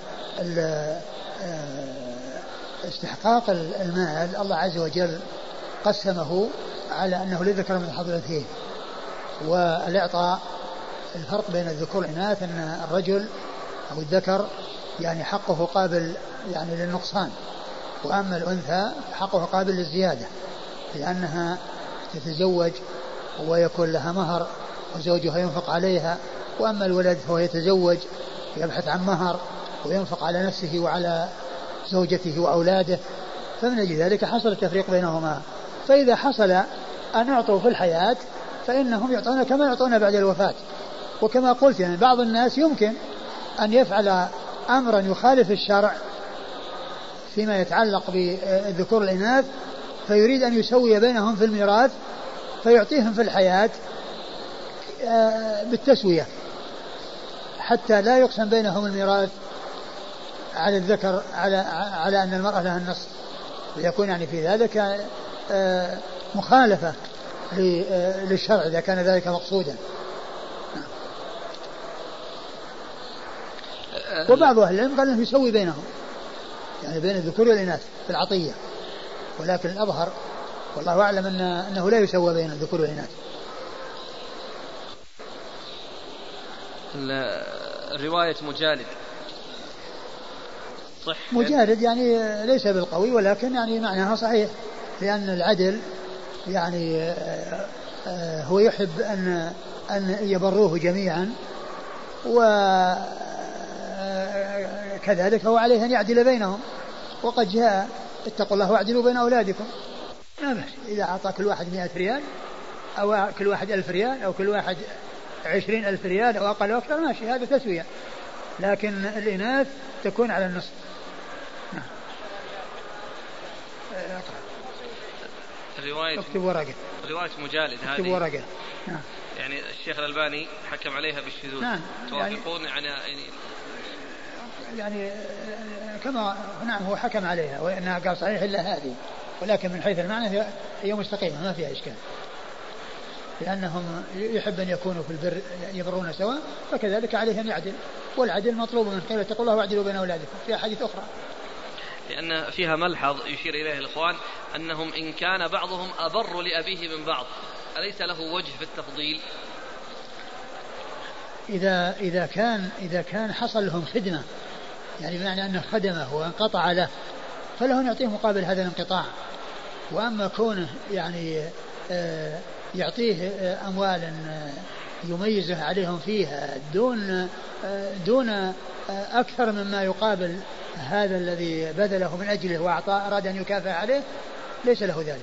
استحقاق المال الله عز وجل قسمه على أنه للذكر من حظ الأنثيين، والإعطاء الفرق بين الذكور والإناث أن الرجل أو الذكر يعني حقه قابل يعني للنقصان، وأما الأنثى حقه قابل للزيادة، لأنها تتزوج ويكون لها مهر وزوجها ينفق عليها، وأما الولد فهو يتزوج يبحث عن مهر وينفق على نفسه وعلى زوجته وأولاده، فمن أجل ذلك حصل التفريق بينهما. فإذا حصل أن يعطوا في الحياة فإنهم يعطون كما يعطون بعد الوفاة. وكما قلت يعني بعض الناس يمكن أن يفعل أمرا يخالف الشرع فيما يتعلق بالذكور والإناث، فيريد أن يسوي بينهم في الميراث فيعطيهم في الحياة بالتسوية حتى لا يقسم بينهم الميراث على الذكر على على أن المرأة لها النصف، ويكون يعني في ذلك مخالفة للشرع إذا كان ذلك مقصودا. وبعض أهل العلم قال أنه يسوي بينهم يعني بين الذكور والإناث في العطية، ولكن الأظهر والله أعلم أن أنه لا يسوى بين الذكور والإناث. رواية مجالد صح؟ مجالد يعني ليس بالقوي ولكن يعني معناها صحيح، لأن العدل يعني هو يحب أن أن يبروه جميعا، وكذلك هو عليه أن يعدل بينهم، وقد جاء اتقوا الله واعدلوا بين أولادكم. لا بأس إذا أعطى كل واحد مئة ريال أو كل واحد ألف ريال أو كل واحد عشرين ألف ريال أو أقل أو أكثر ماشي، هذا تسوية، لكن الإناث تكون على النصف. نعم. رواية اكتب ورقة. رواية مجالد هذه اكتب ورقة. نعم. يعني الشيخ الألباني حكم عليها بالشذوذ. نعم. توافقون يعني يعني, يعني كما نعم هو حكم عليها وإنها قال صحيح إلا هذه، ولكن من حيث المعنى هي مستقيمة ما فيها إشكال، لأنهم يحب أن يكونوا في البر يبرون سواء، فكذلك عليه أن يعدل، والعدل مطلوب من قيل اتقوا الله واعدلوا بين أولادكم في أحاديث أخرى. لأن فيها ملحظ يشير إليه الإخوان أنهم إن كان بعضهم أبر لأبيه من بعض أليس له وجه في التفضيل؟ إذا إذا كان إذا كان حصل لهم خدمة، يعني بمعنى أنه خدمه وانقطع له، فله أن يعطيه مقابل هذا الانقطاع. وأما كونه يعني آه يعطيه أموالا يميزه عليهم فيها دون دون أكثر مما يقابل هذا الذي بذله من أجله وأعطاه أراد أن يكافئ عليه، ليس له ذلك.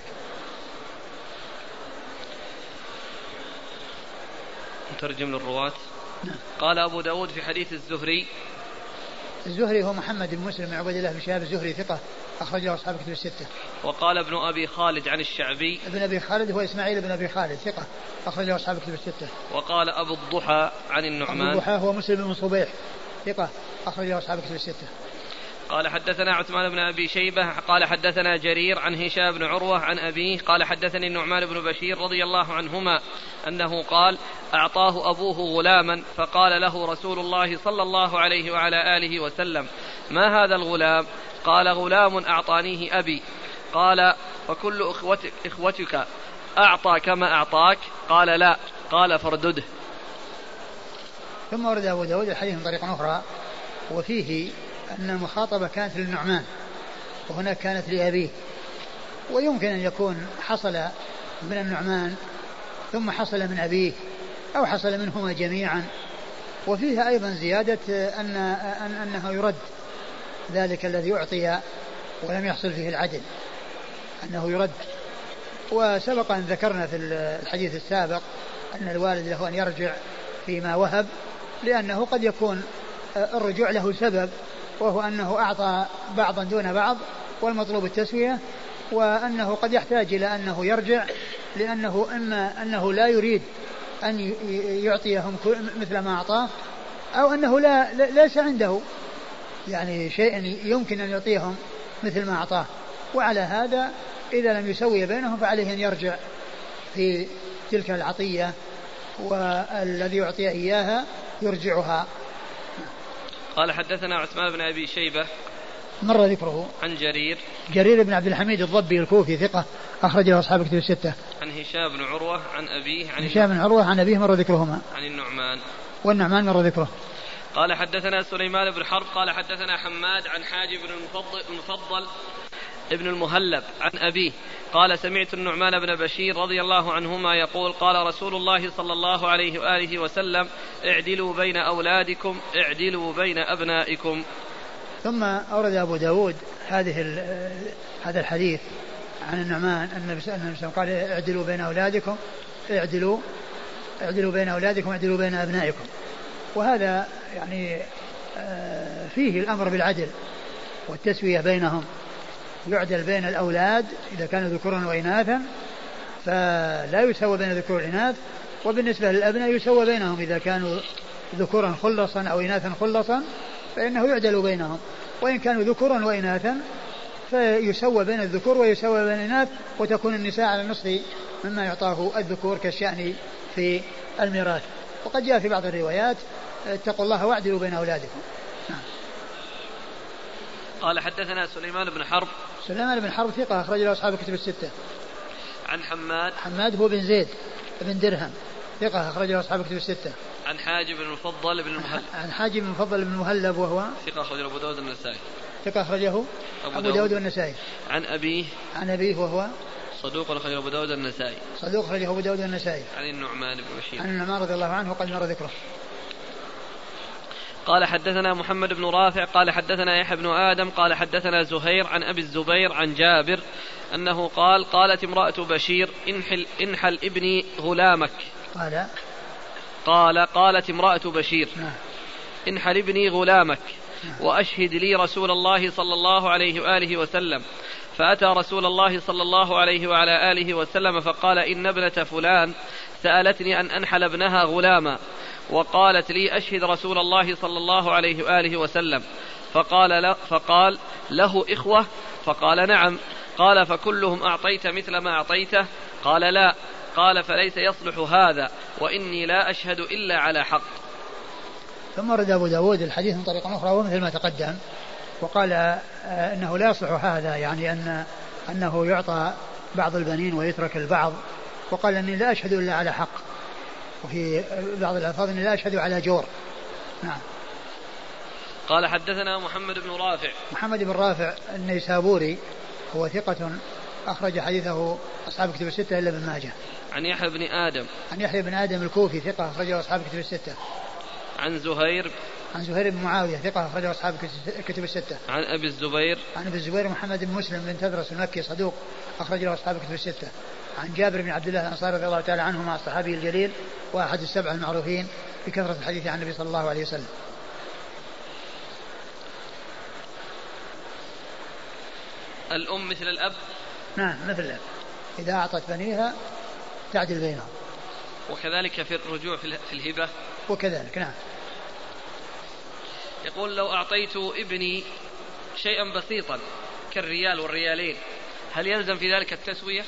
نترجم للرواة. قال أبو داود في حديث الزهري. الزهري هو محمد بن مسلم بن عبد الله بن شهاب الزهري ثقة أخرج له أصحاب كتب الستة. وقال ابن أبي خالد عن الشعبي. ابن أبي خالد هو إسماعيل بن أبي خالد ثقة أخرج له أصحاب كتب الستة. وقال أبو الضحى عن النعمان. أبو الضحى هو مسلم بن صبيح ثقة أخرج له أصحاب كتب الستة. قال حدثنا عثمان بن أبي شيبة قال حدثنا جرير عن هشام بن عروة عن أبيه قال حدثني النعمان بن بشير رضي الله عنهما أنه قال أعطاه أبوه غلاما فقال له رسول الله صلى الله عليه وعلى آله وسلم ما هذا الغلام؟ قال غلام أعطانيه أبي. قال فكل إخوتك, إخوتك أعطى كما أعطاك؟ قال لا. قال فاردده. ثم ورد أبو داود الحديث من طريق أخرى وفيه أن المخاطبة كانت للنعمان وهنا كانت لأبيه، ويمكن أن يكون حصل من النعمان ثم حصل من أبيه أو حصل منهما جميعا. وفيها أيضا زيادة أن أن أنه يرد ذلك الذي أعطي ولم يحصل فيه العدل أنه يرد. وسبق أن ذكرنا في الحديث السابق أن الوالد له أن يرجع فيما وهب، لأنه قد يكون الرجوع له سبب، وهو أنه أعطى بعضا دون بعض والمطلوب التسوية، وأنه قد يحتاج إلى أنه يرجع لأنه إما أنه لا يريد أن يعطيهم مثل ما أعطاه، أو أنه لا ليس عنده يعني شيء يمكن أن يعطيهم مثل ما أعطاه. وعلى هذا إذا لم يسوي بينهم فعليه أن يرجع في تلك العطية، والذي يعطي إياها يرجعها. قال حدثنا عثمان بن أبي شيبة مر ذكره. عن جرير جرير بن عبد الحميد الضبي الكوفي ثقة أخرج له أصحاب كتب الستة. عن هشام بن عروة عن أبيه عن هشام بن عروة عن أبيه مر ذكرهما. عن النعمان والنعمان مر ذكره. قال حدثنا سليمان بن حرب قال حدثنا حماد عن حاجب بن المفضل, المفضل ابن المهلب عن أبيه قال سمعت النعمان بن بشير رضي الله عنهما يقول قال رسول الله صلى الله عليه وآله وسلم اعدلوا بين أولادكم اعدلوا بين أبنائكم. ثم أورد أبو داود هذه هذا الحديث عن النعمان أن النبي صلى الله عليه وسلم قال اعدلوا بين أولادكم اعدلوا اعدلوا بين أولادكم اعدلوا بين أبنائكم. وهذا يعني فيه الأمر بالعدل والتسوية بينهم، يعدل بين الأولاد إذا كانوا ذكورا وإناثا فلا يسوى بين الذكور والإناث، وبالنسبة للأبناء يسوى بينهم إذا كانوا ذكورا خلصا أو إناثا خلصا فإنه يعدل بينهم، وإن كانوا ذكورا وإناثا فيسوى بين الذكور ويسوى بين الإناث، وتكون النساء على النصف مما يعطاه الذكور كالشأن في الميراث. وقد جاء في بعض الروايات اتقوا الله واعدلوا بين أولادكم. قال حدثنا سليمان بن حرب سليمان بن حرب ثقة أخرج له أصحاب الكتب الستة. عن حماد حماد هو بن زيد بن درهم ثقة أخرج له أصحاب الكتب الستة. عن حاجب بن المفضل بن المهلب عن حاجب بن المفضل بن المهلب وهو ثقة أخرجه أبو داود النسائي ثقة أخرجه أبو, أبو داود والنسائي. عن أبيه عن أبيه وهو صدوق أخرجه أبو داود النسائي صدوق أخرجه أبو داود النسائي. عن النعمان بن بشير عن النعمان رضي الله عنه وقد مر ذكره. قال حدثنا محمد بن رافع قال حدثنا يحيى بن آدم قال حدثنا زهير عن أبي الزبير عن جابر أنه قال قالت امرأة بشير انحل, انحل ابني غلامك. قال قال قالت امرأة بشير انحل ابني غلامك وأشهد لي رسول الله صلى الله عليه وآله وسلم. فأتى رسول الله صلى الله عليه وعلى آله وسلم فقال إن ابنة فلان سألتني أن أنحل ابنها غلاما وقالت لي أشهد رسول الله صلى الله عليه وآله وسلم. فقال, فقال له إخوة؟ فقال نعم. قال فكلهم أعطيت مثل ما أعطيته؟ قال لا. قال فليس يصلح هذا وإني لا أشهد إلا على حق. ثم رد أبو داود الحديث من طريق أخرى ومثل ما تقدم وقال أنه لا يصلح هذا، يعني أن أنه يعطى بعض البنين ويترك البعض، وقال أني لا أشهد إلا على حق، وفي بعض الألفاظ أني لا أشهد على جور. نعم. قال حدثنا محمد بن رافع محمد بن رافع النيسابوري هو ثقة أخرج حديثه أصحاب كتب الستة إلا ابن ماجه. عن يحيى بن آدم عن يحيى بن آدم الكوفي ثقة أخرجه أصحاب كتب الستة. عن زهير عن زهير بن معاوية ثقة أخرجه أصحاب كتب الستة. عن أبي الزبير عن أبي الزبير محمد بن مسلم بن تدرس المكي صدوق أخرج له أصحاب كتب الستة. عن جابر بن عبد الله الأنصاري رضي الله تعالى عنه مع الصحابي الجليل وأحد السبع المعروفين بكثرة الحديث عن النبي صلى الله عليه وسلم. الأم مثل الأب؟ نعم مثل الأب، إذا أعطت بنيها تعدل بينهم. وكذلك في الرجوع في الهبة؟ وكذلك نعم. يقول لو أعطيت ابني شيئا بسيطا كالريال والريالين هل يلزم في ذلك التسوية؟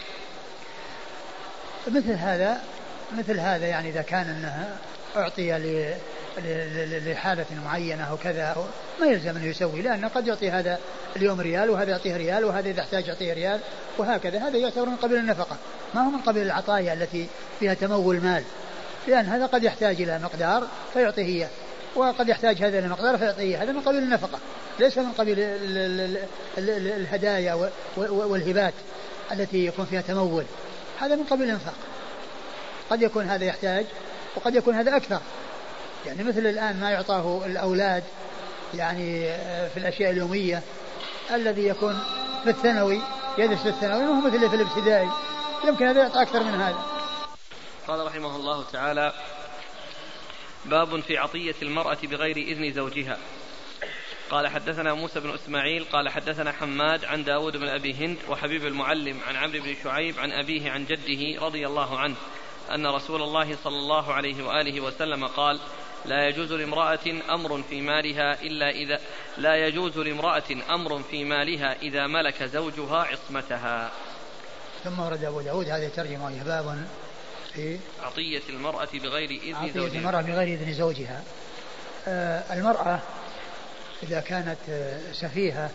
مثل هذا مثل هذا يعني إذا كان أنها أعطي لحالة معينة أو كذا ما يلزم أنه يسوي، لأنه قد يعطي هذا اليوم ريال وهذا يعطيه ريال وهذا إذا احتاج يعطيه ريال وهكذا. هذا يعتبر من قبيل النفقة، ما هو من قبيل العطايا التي فيها تمول مال، لأن هذا قد يحتاج إلى مقدار فيعطيه إياه وقد يحتاج هذا إلى مقدار فيعطيه. هذا من قبيل النفقة ليس من قبيل الهدايا والهبات التي يكون فيها تمول، هذا من قبيل الانفاق. قد يكون هذا يحتاج وقد يكون هذا أكثر، يعني مثل الآن ما يعطاه الأولاد يعني في الأشياء اليومية. الذي يكون في الثانوي يدرس في الثانوي وهو مثل في الابتدائي، يمكن هذا يعطى أكثر من هذا. قال رحمه الله تعالى: باب في عطية المرأة بغير إذن زوجها. قال حدثنا موسى بن إسماعيل قال حدثنا حماد عن داود بن أبي هند وحبيب المعلم عن عمرو بن شعيب عن أبيه عن جده رضي الله عنه أن رسول الله صلى الله عليه وآله وسلم قال: لا يجوز لامرأة أمر في مالها إلا إذا لا يجوز لامرأة أمر في مالها إذا ملك زوجها عصمتها. ثم ورد أبو داود هذه الترجمة وهي باب في عطية المرأة بغير إذن عطية زوجها. المرأة بغير إذن زوجها. آه المرأة إذا كانت سفيهة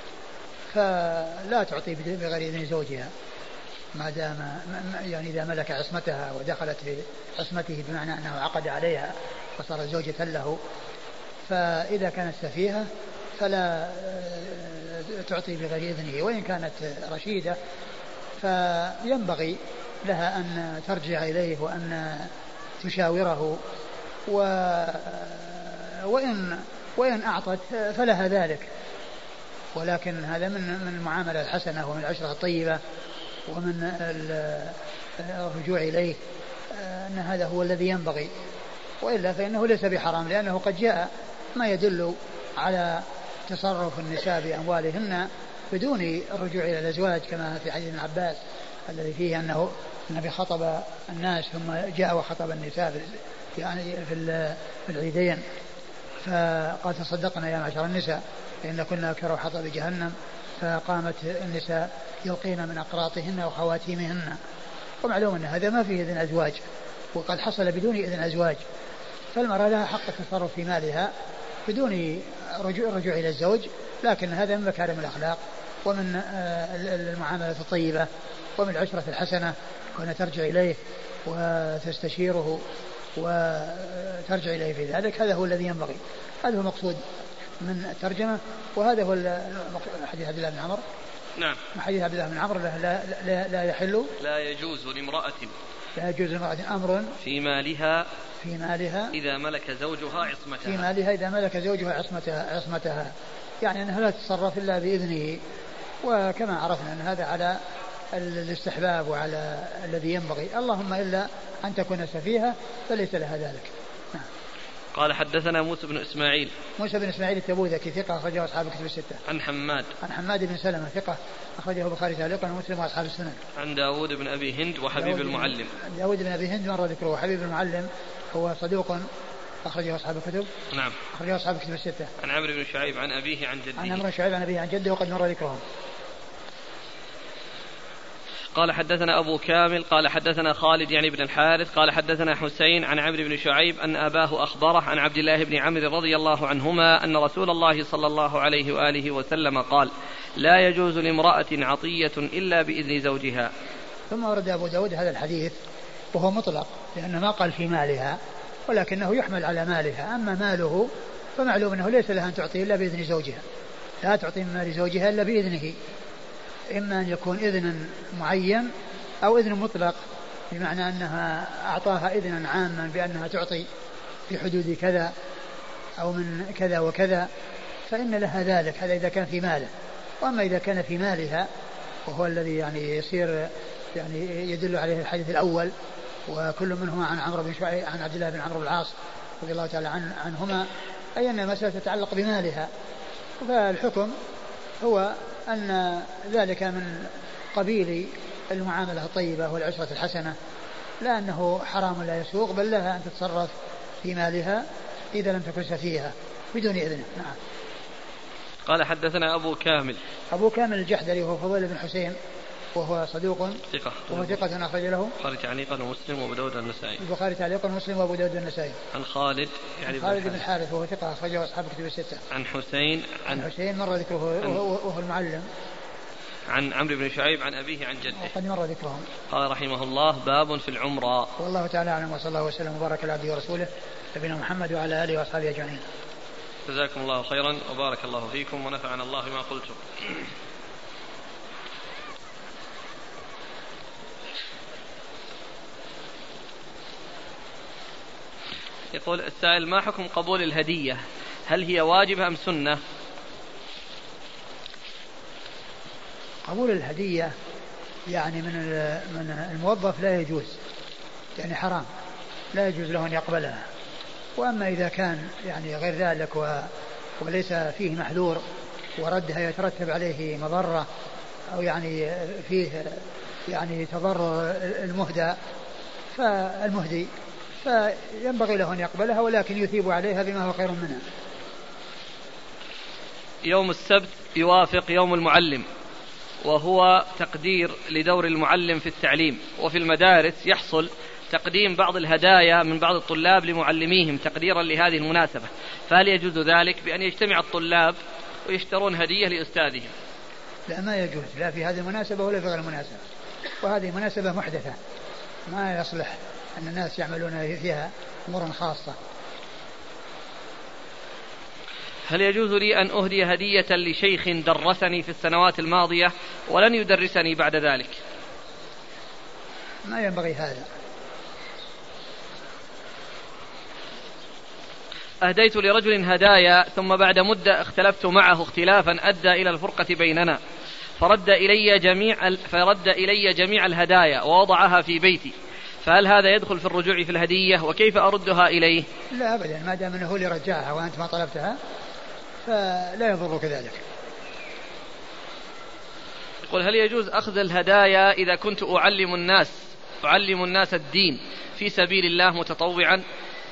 فلا تعطي بغير إذن زوجها ما دام يعني إذا ملك عصمتها ودخلت في عصمته بمعنى أنه عقد عليها وصارت زوجة له. فإذا كانت سفيهة فلا تعطي بغير إذنه، وإن كانت رشيدة فينبغي لها أن ترجع إليه وأن تشاوره، و وإن وإن أعطت فلها ذلك. ولكن هذا من من المعاملة الحسنة ومن العشرة الطيبة ومن الرجوع إليه، أن هذا هو الذي ينبغي. وإلا فإنه ليس بحرام، لأنه قد جاء ما يدل على تصرف النساء بأموالهن بدون الرجوع إلى الأزواج، كما في حديث ابن عباس الذي فيه أنه النبي خطب الناس ثم جاء وخطب النساء يعني في العيدين، فقال: تصدقنا يا معشر النساء فإن كنا أكثر حطب جهنم. فقامت النساء يلقين من أقراطهن وخواتيمهن. ومعلوم أن هذا ما فيه إذن أزواج، وقد حصل بدون إذن أزواج. فالمرأة لها حق التصرف في مالها بدون رجوع, رجوع إلى الزوج، لكن هذا من مكارم الأخلاق ومن المعاملة الطيبة ومن العشرة الحسنة، وأن ترجع إليه وتستشيره وترجع إليه في ذلك. هذا هو الذي ينبغي، هذا هو المقصود من الترجمة. وهذا هو حديث عبد الله بن عمرو. نعم. حديث عبد الله بن عمرو لا, لا, لا, لا يحل لا يجوز لامرأة لا يجوز لامرأة أمر في مالها في مالها إذا ملك زوجها عصمتها في مالها إذا ملك زوجها عصمتها عصمتها يعني أنها لا تتصرف إلا بإذنه. وكما عرفنا أن هذا على الاستحباب وعلى الذي ينبغي، اللهم إلا أن تكون سفيهة فليس لها ذلك. نعم. قال حدثنا موسى بن إسماعيل موسى بن إسماعيل التبوذكي ثقة أخرجه أصحاب الكتب الستة. عن حماد عن حماد بن سلمة ثقة أخرجه البخاري تعليقا ومسلم وأصحاب السنن. عن داود بن أبي هند وحبيب داود المعلم. داود بن أبي هند مر ذكره. وحبيب المعلم هو صدوق أخرجه أصحاب الكتب. نعم. أخرجه أصحاب الكتب الستة. عن عمرو بن شعيب عن أبيه عن جده. عن عمرو بن شعيب عن أبيه عن جده وقد مر ذكرهم. قال حدثنا أبو كامل قال حدثنا خالد يعني بن الحارث قال حدثنا حسين عن عمرو بن شعيب أن أباه أخبره عن عبد الله بن عمرو رضي الله عنهما أن رسول الله صلى الله عليه وآله وسلم قال: لا يجوز لامرأة عطية إلا بإذن زوجها. ثم ورد أبو داود هذا الحديث وهو مطلق، لأنه ما قال في مالها ولكنه يحمل على مالها. أما ماله فمعلوم أنه ليس لها أن تعطيه إلا بإذن زوجها، لا تعطي من مال زوجها إلا بإذنه، إما أن يكون إذنا معين أو إذن مطلق، بمعنى أنها أعطاها إذنا عاما بأنها تعطي في حدود كذا أو من كذا وكذا، فإن لها ذلك. هذا إذا كان في ماله. وأما إذا كان في مالها وهو الذي يعني يصير يعني يدل عليه الحديث الأول، وكل منهما عن عمرو بن شعيب عن عبد الله بن عمرو بن العاص رضي الله تعالى عن عنهما، أي أن المسألة تتعلق بمالها. فالحكم هو أن ذلك من قبيل المعاملة الطيبة والعشرة الحسنة، لا أنه حرام لا يسوق، بل لها أن تتصرف في مالها إذا لم تكن سفيها بدون إذنه. نعم. قال حدثنا أبو كامل أبو كامل الجحدري وهو فضيل بن حسين وهو صدوق ثقة وهو ثقة أخرج له البخاري تعليقا ومسلم وأبو داود والنسائي. البخاري تعليقا ومسلم وأبو داود والنسائي. عن خالد يعني عن خالد بن الحارث وهو ثقة أخرجه أصحاب الكتب الستة. عن حسين عن, عن حسين مر ذكره وهو, وهو المعلم. عن عمرو بن شعيب عن أبيه عن جده وقد مر ذكرهم. قال رحمه الله: باب في العمرة. والله تعالى أعلم، وصلى الله وسلم وبارك على عبده ورسوله نبينا محمد وعلى آله وأصحابه أجمعين. جزاكم الله خيرا وبارك الله فيكم ونفعنا الله بما قلتم. يقول السائل: ما حكم قبول الهدية هل هي واجبة أم سنة؟ قبول الهدية يعني من من الموظف لا يجوز، يعني حرام، لا يجوز له أن يقبلها. وأما إذا كان يعني غير ذلك وليس فيه محذور وردها يترتب عليه مضرة أو يعني فيه يعني تضرر المهدى فالمهدي فينبغي له أن يقبلها، ولكن يثيب عليها بما هو خير منها. يوم السبت يوافق يوم المعلم، وهو تقدير لدور المعلم في التعليم، وفي المدارس يحصل تقديم بعض الهدايا من بعض الطلاب لمعلميهم تقديرا لهذه المناسبة، فهل يجوز ذلك بأن يجتمع الطلاب ويشترون هدية لأستاذهم؟ لا، ما يجوز، لا في هذه المناسبة ولا في غير المناسبة، وهذه مناسبة محدثة ما يصلح أن الناس يعملون فيها أمورا خاصة. هل يجوز لي أن أهدي هدية لشيخ درسني في السنوات الماضية ولن يدرسني بعد ذلك؟ ما ينبغي هذا. أهديت لرجل هدايا ثم بعد مدة اختلفت معه اختلافا أدى إلى الفرقة بيننا، فرد إلي جميع فرد إلي جميع الهدايا ووضعها في بيتي، فهل هذا يدخل في الرجوع في الهدية وكيف أردها إليه؟ لا أبدا، ما دام أنه هو اللي رجعها وأنت ما طلبتها فلا يضرك ذلك. يقول هل يجوز أخذ الهدايا إذا كنت أعلم الناس أعلم الناس الدين في سبيل الله متطوعا؟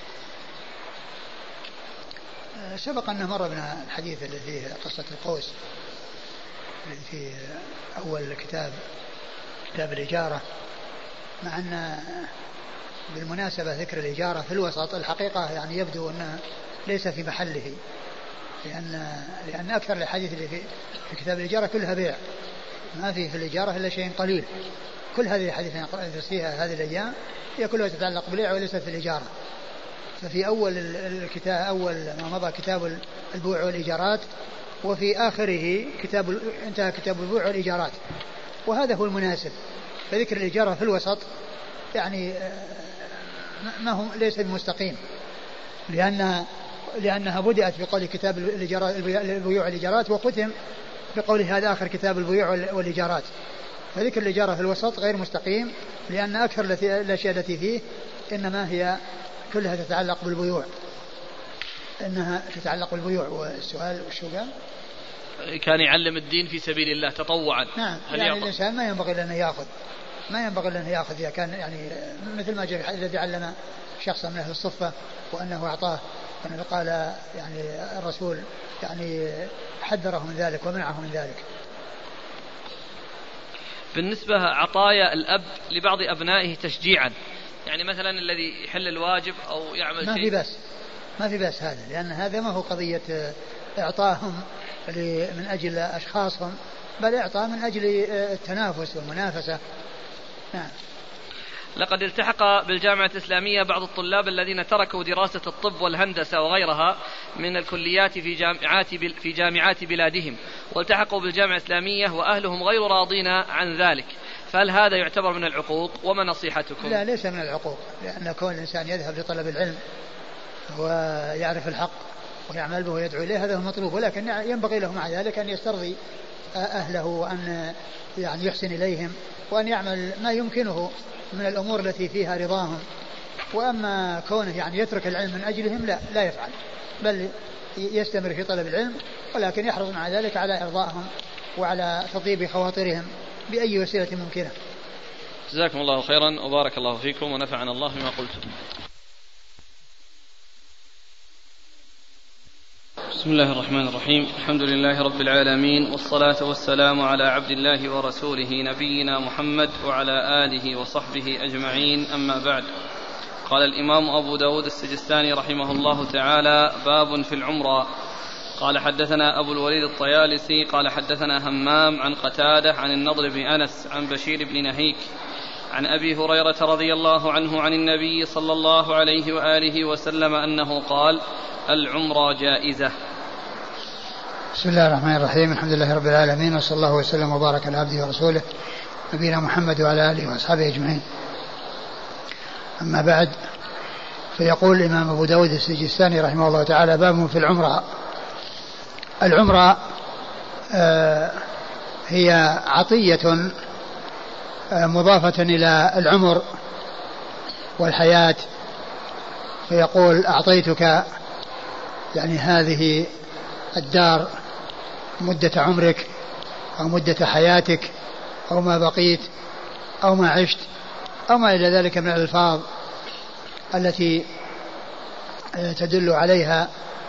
سبق أنه مر بنا الحديث الذي فيه قصة القوس الذي في أول كتاب كتاب الإجارة، مع أن بالمناسبة ذكر الإجارة في الوسط الحقيقة يعني يبدو أنه ليس في محله، لأن لأن أكثر الحديث اللي في, في كتاب الإجارة كلها بيع، ما في في الإجارة إلا شيء قليل. كل هذه الحديث فيها هذه الأيام هي كلها تتعلق بالبيع وليست في الإجارة. ففي أول الكتاب أول ما مضى كتاب البيوع والإيجارات، وفي آخره كتاب انتهى كتاب البيوع والإيجارات، وهذا هو المناسب. فذكر الإجارة في الوسط يعني ما هو ليس بمستقيم، لأن لأنها بدأت بقول كتاب البيوع والإيجارات وختم بقول هذا آخر كتاب البيوع والإيجارات. فذكر الإجارة في الوسط غير مستقيم، لأن أكثر الأشياء التي فيه إنما هي كلها تتعلق بالبيوع، إنها تتعلق بالبيوع. والسؤال وشو قال؟ كان يعلم الدين في سبيل الله تطوعا. نعم، يعني الإنسان ما ينبغي لأنه يأخذ ما ينبغي لأنه يأخذ إذا كان يعني مثل ما جاء الذي علم شخصا من أهل الصفة وأنه أعطاه، أنه قال يعني الرسول يعني حذره من ذلك ومنعه من ذلك. بالنسبة عطايا الأب لبعض أبنائه تشجيعا، يعني مثلا الذي يحل الواجب أو يعمل ما شيء، في بس ما في بس هذا، لأن هذا ما هو قضية إعطاهم من أجل أشخاصهم، بل إعطاء من أجل التنافس والمنافسة. نعم. لقد التحق بالجامعة الإسلامية بعض الطلاب الذين تركوا دراسة الطب والهندسة وغيرها من الكليات في جامعات في جامعات بلادهم والتحقوا بالجامعة الإسلامية وأهلهم غير راضين عن ذلك، فهل هذا يعتبر من العقوق؟ وما نصيحتكم؟ لا، ليس من العقوق، لأن كون الإنسان يذهب لطلب العلم ويعرف الحق ويعمل به ويدعو إليه هذا هو المطلوب، ولكن ينبغي له مع ذلك أن يسترضي أهله وأن يعني يحسن إليهم وأن يعمل ما يمكنه من الأمور التي فيها رضاهم. وأما كونه يعني يترك العلم من أجلهم لا لا يفعل، بل يستمر في طلب العلم، ولكن يحرص مع ذلك على إرضائهم وعلى تطيب خواطرهم بأي وسيلة ممكنة. جزاكم الله خيرا وبارك الله فيكم ونفعنا الله بما قلتم. بسم الله الرحمن الرحيم، الحمد لله رب العالمين، والصلاة والسلام على عبد الله ورسوله نبينا محمد وعلى آله وصحبه أجمعين، أما بعد. قال الإمام أبو داود السجستاني رحمه الله تعالى: باب في العمرة. قال حدثنا أبو الوليد الطيالسي قال حدثنا همام عن قتادة عن النضر بن أنس عن بشير بن نهيك عن أبي هريرة رضي الله عنه عن النبي صلى الله عليه وآله وسلم أنه قال: العمرة جائزة. بسم الله الرحمن الرحيم، الحمد لله رب العالمين، وصلى الله وسلم وبارك على عبده ورسوله نبينا محمد وعلى آله وأصحابه أجمعين. أما بعد، فيقول الإمام أبو داود السجستاني رحمه الله تعالى: باب في العمرة. العمرة آه هي عطية آه مضافة إلى العمر والحياة، فيقول: أعطيتك يعني هذه الدار مدة عمرك أو مدة حياتك أو ما بقيت أو ما عشت أو ما إلى ذلك من الألفاظ التي تدل عليها.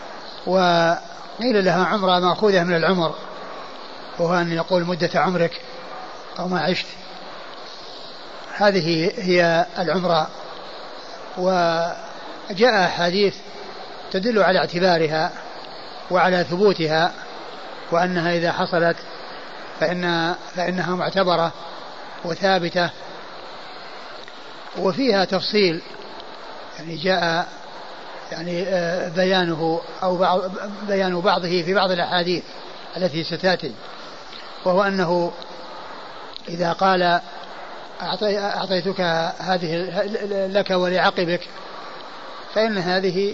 وقيل لها عمرة مأخوذة من العمر، وهو أن يقول مدة عمرك أو ما عشت. هذه هي العمرة. وجاء حديث تدل على اعتبارها وعلى ثبوتها، وأنها إذا حصلت فإن فإنها معتبرة وثابتة. وفيها تفصيل يعني جاء يعني بيانه أو بعض بيان بعضه في بعض الأحاديث التي ستأتي، وهو أنه إذا قال: أعطيتك هذه لك ولعقبك، فإن هذه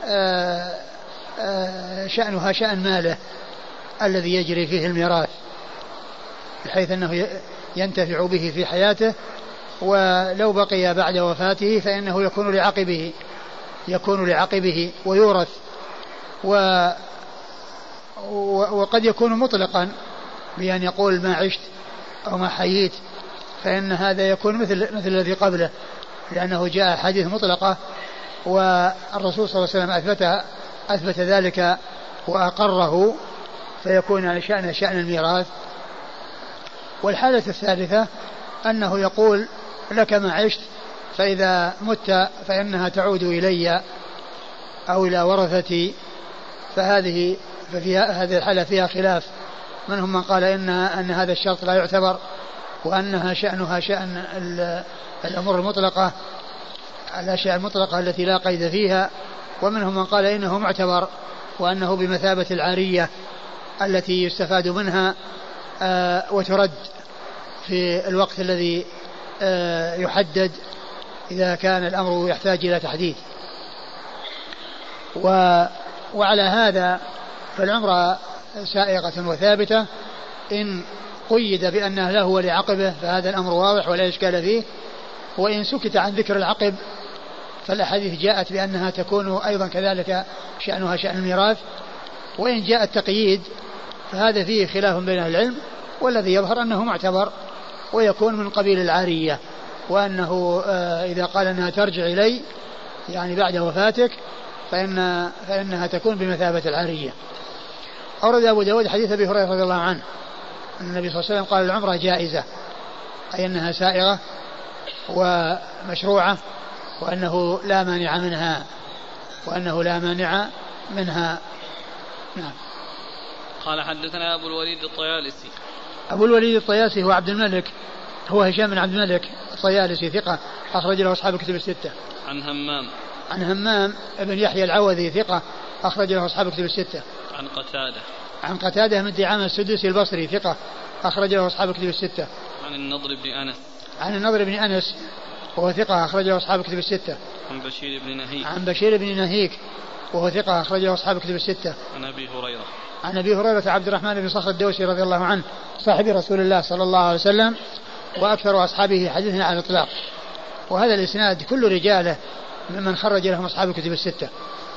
شأنها شأن ماله الذي يجري فيه الميراث، بحيث أنه ينتفع به في حياته، ولو بقي بعد وفاته فإنه يكون لعقبه يكون لعقبه ويورث. و وقد يكون مطلقا بأن يقول ما عشت أو ما حييت، فإن هذا يكون مثل مثل الذي قبله، لأنه جاء حديث مطلقة والرسول صلى الله عليه وسلم أثبت أثبت ذلك وأقره، فيكون على شأن شأن الميراث. والحالة الثالثة أنه يقول: لك ما عشت، فإذا مت فإنها تعود إلي أو إلى ورثتي. فهذه ففيها هذه الحالة فيها خلاف، منهم من قال إن أن هذا الشرط لا يعتبر، وأنها شأنها شأن الأمور المطلقة، الأشياء المطلقة التي لا قيد فيها. ومنهم من قال إنه معتبر، وأنه بمثابة العارية التي يستفاد منها آه وترد في الوقت الذي آه يحدد إذا كان الأمر يحتاج إلى تحديد. و وعلى هذا فالعمرة سائغة وثابتة، إن قيد بأنه له ولعقبه فهذا الأمر واضح ولا إشكال فيه. وإن سكت عن ذكر العقب فالأحاديث جاءت بأنها تكون أيضا كذلك شأنها شأن الميراث. وإن جاء التقييد فهذا فيه خلاف بين العلم، والذي يظهر أنه معتبر ويكون من قبيل العارية، وأنه إذا قال أنها ترجع إلي يعني بعد وفاتك فإن فإنها تكون بمثابة العارية. أورد أبو داود حديث أبي هريرة رضي الله عنه أن النبي صلى الله عليه وسلم قال: العمرة جائزة، أي أنها سائغة ومشروعة، وأنه لا مانع منها وأنه لا مانع منها. نعم. قال: حدثنا أبو الوليد الطيالسي. أبو الوليد الطيالسي هو عبد الملك هو هشام بن عبد الملك الطيالسي، ثقة أخرج له أصحاب الكتب الستة. عن همام عن همام ابن يحيى العوذي، ثقة أخرج له أصحاب الكتب الستة. عن قتادة عن قتادة من دعامة السدوسي البصري، ثقة أخرج له أصحاب الكتب الستة. عن النضر بن أنس عن النضر بن أنس وهو ثقة أخرج له أصحاب الكتب الستة. عن بشير بن نهيك عن بشير بن نهيك وهو ثقة أخرج له أصحاب الكتب الستة. عن أبي هريرة عن أبي هريرة عبد الرحمن بن صخر الدوسي رضي الله عنه، صاحب رسول الله صلى الله عليه وسلم، وأكثر أصحابه حديثا على الإطلاق. وهذا الإسناد كل رجاله ممن خرج لهم أصحاب الكتب الستة.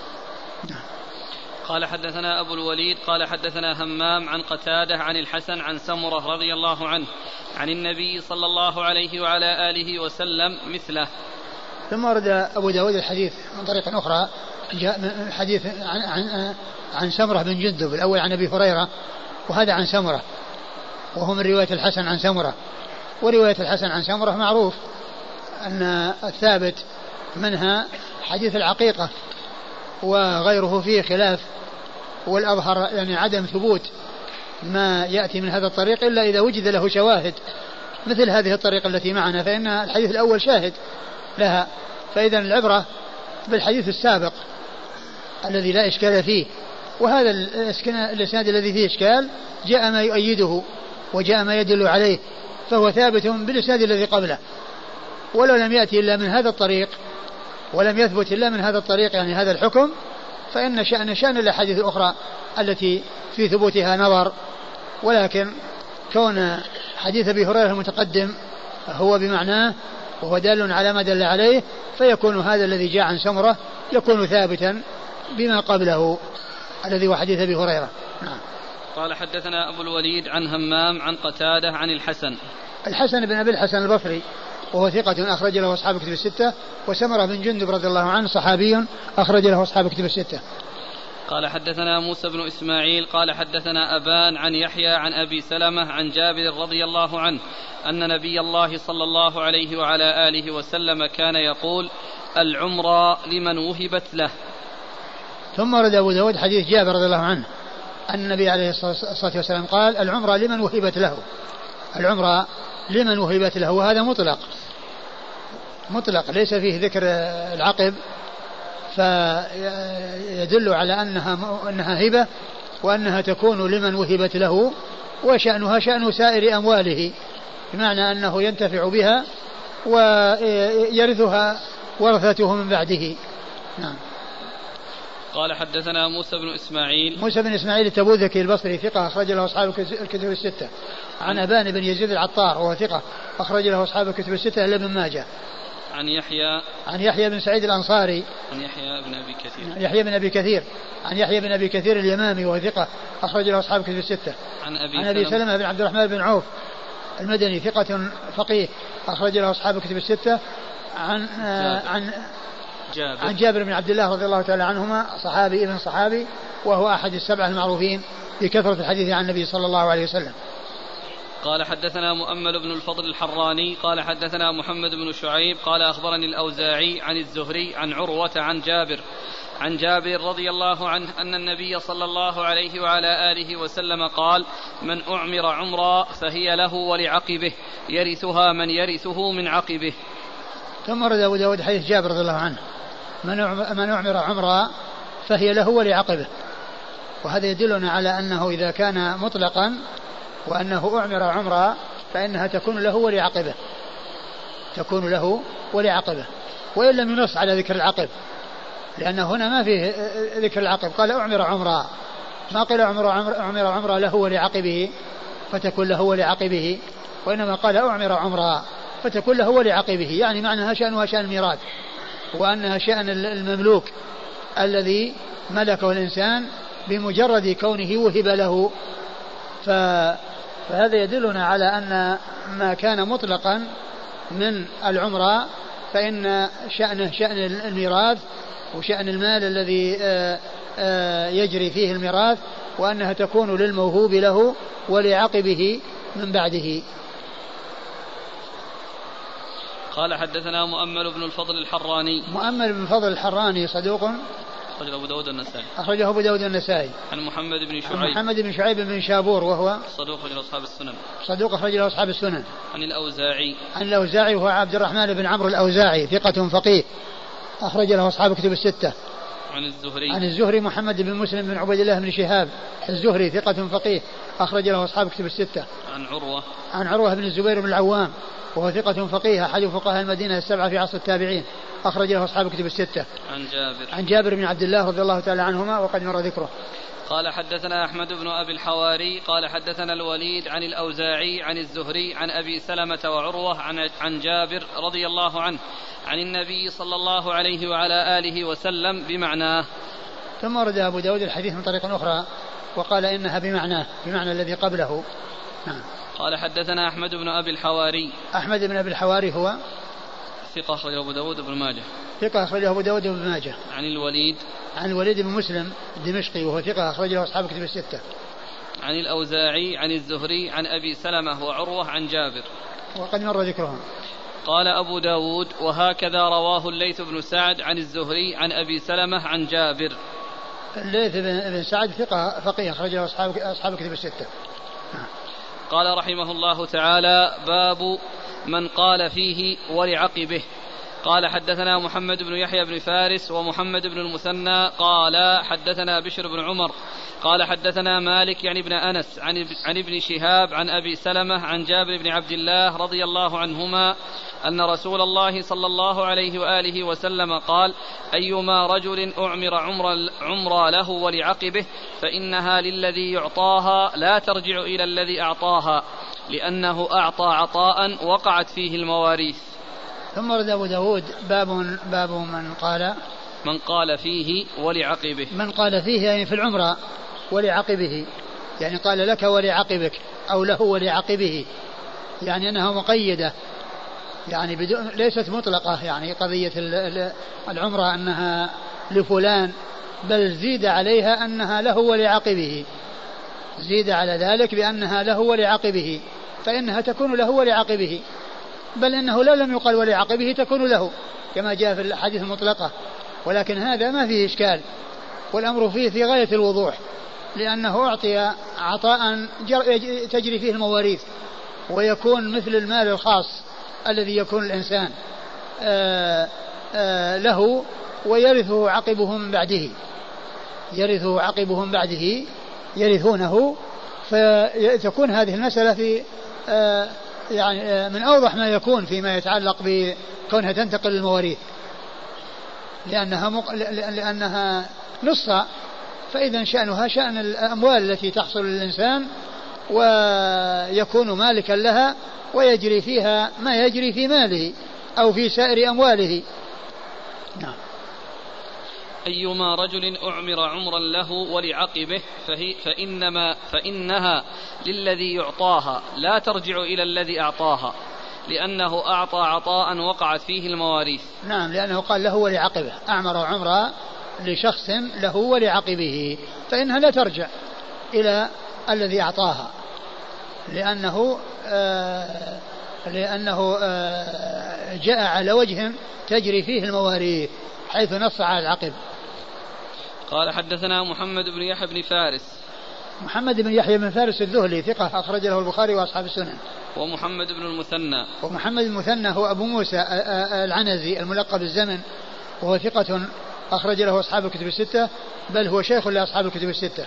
قال: حدثنا أبو الوليد قال: حدثنا همام عن قتادة عن الحسن عن سمرة رضي الله عنه عن النبي صلى الله عليه وعلى آله وسلم مثله. ثم ورد أبو داود الحديث من طريق أخرى، جاء من حديث عن, عن, عن سمرة بن جندب، الأول عن أبي هريرة وهذا عن سمرة، وهو من رواية الحسن عن سمرة. ورواية الحسن عن سمرة معروف أن الثابت منها حديث العقيقة، وغيره فيه خلاف، والأظهر يعني عدم ثبوت ما يأتي من هذا الطريق إلا إذا وجد له شواهد مثل هذه الطريقة التي معنا، فإن الحديث الأول شاهد لها. فإذا العبرة بالحديث السابق الذي لا إشكال فيه، وهذا الإسناد الذي فيه إشكال جاء ما يؤيده وجاء ما يدل عليه، فهو ثابت بالإسناد الذي قبله. ولو لم يأتي إلا من هذا الطريق ولم يثبت إلا من هذا الطريق يعني هذا الحكم، فإن شأن شأن الأحاديث الأخرى التي في ثبوتها نظر. ولكن كون حديث أبي هريرة المتقدم هو بمعناه وهو دال على ما دل عليه، فيكون هذا الذي جاء عن سمرة يكون ثابتا بما قبله الذي هو حديث أبي هريرة. نعم. قال حدثنا أبو الوليد عن همام عن قتادة عن الحسن. الحسن بن أبي الحسن البصري وهو ثقة أخرج له أصحاب كتب الستة. وسمرة بن جندب رضي الله عنه صحابي أخرج له أصحاب كتب الستة. قال حدثنا موسى بن إسماعيل قال حدثنا أبان عن يحيى عن أبي سلمة عن جابر رضي الله عنه أن نبي الله صلى الله عليه وعلى آله وسلم كان يقول العمرة لمن وهبت له. ثم ورد أبو داود حديث جابر رضي الله عنه أن النبي عليه الصلاة والسلام قال العمرة لمن وهبت له. العمرة لمن وهبت له، وهذا مطلق مطلق ليس فيه ذكر العقب، فيدل على أنها, أنها هبة وأنها تكون لمن وهبت له، وشأنها شأن سائر أمواله، بمعنى أنه ينتفع بها ويرثها ورثته من بعده. نعم. قال حدثنا موسى بن إسماعيل موسى بن إسماعيل التبوذكي البصري ثقة أخرج له أصحاب الكتب الستة. عن أبان بن يزيد العطار وهو ثقة أخرج له أصحاب الكتب الستة إلا ابن ماجه. عن يحيى عن يحيى بن سعيد الأنصاري عن يحيى بن أبي كثير يحيى بن أبي كثير عن يحيى بن أبي كثير اليمامي وهو ثقة أخرج له أصحاب الكتب الستة. عن أبي, عن أبي سلمة بن عبد الرحمن بن عوف المدني ثقة فقيه أخرج له أصحاب الكتب الستة. عن آه عن جابر. عن جابر بن عبد الله رضي الله تعالى عنهما صحابي ابن صحابي، وهو أحد السبعة المعروفين بكثرة الحديث عن النبي صلى الله عليه وسلم. قال حدثنا مؤمل بن الفضل الحراني قال حدثنا محمد بن شعيب قال أخبرني الأوزاعي عن الزهري عن عروة عن جابر عن جابر رضي الله عنه أن النبي صلى الله عليه وعلى آله وسلم قال من أعمر عمرا فهي له ولعقبه يرثها من يرثه من عقبه. ثم ورد أبو داود حديث جابر رضي الله عنه من أعمر عمرا فهي له ولعقبه، وهذا يدلنا على أنه إذا كان مطلقا وأنه أعمر عمرا فإنها تكون له ولعقبه تكون له ولعقبه وإن لم ينص على ذكر العقب، لأنه هنا ما فيه ذكر العقب، قال أعمر عمرا، ما قال أعمر عمرا أعمر عمرا له ولعقبه فتكون له ولعقبه، وإنما قال أعمر عمرا فتكون له ولعقبه، يعني معناها شأنها شأن الميراث، وأنها شأن المملوك الذي ملكه الإنسان بمجرد كونه وهب له. فهذا يدلنا على أن ما كان مطلقا من العمرة فإن شأنه شأن الميراث وشأن المال الذي يجري فيه الميراث، وأنها تكون للموهوب له ولعقبه من بعده. قال حدثنا مؤمل بن الفضل الحراني. مؤمل بن الفضل الحراني صدوق أخرجه أبو داود النسائي. أخرجه أبو داود النسائي. عن محمد بن شعيب. عن محمد بن شعيب بن شابور وهو صدوق أخرج له أصحاب السنن. صدوق أخرج له أصحاب السنن. عن الأوزاعي. عن الأوزاعي وهو عبد الرحمن بن عمرو الأوزاعي ثقة فقيه أخرج له أصحاب كتب الستة. عن الزهري. عن الزهري محمد بن مسلم بن عبيد الله بن شهاب الزهري ثقة فقيه أخرج له أصحاب كتب الستة. عن عروة. عن عروة بن الزبير بن العوام وهو ثقة فقيه أحد فقهاء المدينة السبعة في عصر التابعين أخرج له أصحاب كتب الستة. عن جابر. عن جابر بن عبد الله رضي الله تعالى عنهما وقد مر ذكره. قال حدثنا أحمد بن أبي الحواري قال حدثنا الوليد عن الأوزاعي عن الزهري عن أبي سلمة وعروة عن, عن جابر رضي الله عنه عن النبي صلى الله عليه وعلى آله وسلم بمعناه. ثم ورد أبو داود الحديث من طريق أخرى وقال إنها بمعناه بمعنى الذي قبله. نعم. قال حدثنا أحمد بن أبي الحواري. أحمد بن أبي الحواري هو ثقة أخرجه أبو داود بن ماجه. ثقة أخرجه أبو داود بن ماجه. عن الوليد. عن الوليد بن مسلم الدمشقي وهو ثقة أخرجه أصحاب كتب الستة. عن الأوزاعي عن الزهري عن أبي سلمة وعروة عن جابر وقد مر ذكرهم. قال أبو داود وهكذا رواه الليث بن سعد عن الزهري عن أبي سلمة عن جابر. الليث بن سعد ثقة فقيه أخرجه أصحاب أصحاب كتب الستة. قال رحمه الله تعالى باب من قال فيه ولعقبه. قال حدثنا محمد بن يحيى بن فارس ومحمد بن المثنى قال حدثنا بشر بن عمر قال حدثنا مالك يعني ابن أنس عن, عن ابن شهاب عن أبي سلمة عن جابر بن عبد الله رضي الله عنهما أن رسول الله صلى الله عليه وآله وسلم قال أيما رجل أعمر عمر, عمر له ولعقبه فإنها للذي يعطاها لا ترجع إلى الذي أعطاها لأنه أعطى عطاء وقعت فيه المواريث. ثم ورد أبو داود باب, باب من قال من قال فيه ولعقبه من قال فيه يعني في العمرة ولعقبه يعني قال لك ولعقبك أو له ولعقبه يعني أنها مقيدة يعني بدون ليست مطلقة يعني قضية العمرة أنها لفلان بل زيد عليها أنها له ولعقبه زيد على ذلك بأنها له ولعقبه فإنها تكون له ولعقبه بل إنه لو لم يقل ولعقبه تكون له كما جاء في الحديث المطلقة ولكن هذا ما فيه إشكال والأمر فيه في غاية الوضوح لأنه أعطي عطاء تجري فيه المواريث ويكون مثل المال الخاص الذي يكون الإنسان آآ آآ له ويرثه عقبه من بعده يرثه عقبه من بعده يرثونه فتكون هذه المسألة في يعني من أوضح ما يكون فيما يتعلق بكونها تنتقل المواريث لأنها, مق... لأنها نصها فإذا شأنها شأن الأموال التي تحصل للإنسان ويكون مالكا لها ويجري فيها ما يجري في ماله أو في سائر أمواله. نعم. أيما رجل أعمر عمرا له ولعقبه فهي فإنما فإنها للذي يعطاها لا ترجع إلى الذي أعطاها لأنه أعطى عطاء وقعت فيه المواريث. نعم لأنه قال له ولعقبه أعمر عمرا لشخص له ولعقبه فإنها لا ترجع إلى الذي أعطاها لأنه آه لأنه آه جاء على وجه تجري فيه المواريث حيث نص على العقب. قال حدثنا محمد بن يحيى بن فارس محمد بن يحيى بن فارس الذهلي ثقة أخرج له البخاري وأصحاب السنن. ومحمد بن المثنى ومحمد المثنى هو أبو موسى العنزي الملقب الزمن وهو ثقة أخرج له أصحاب الكتب الستة بل هو شيخ لأصحاب الكتب الستة.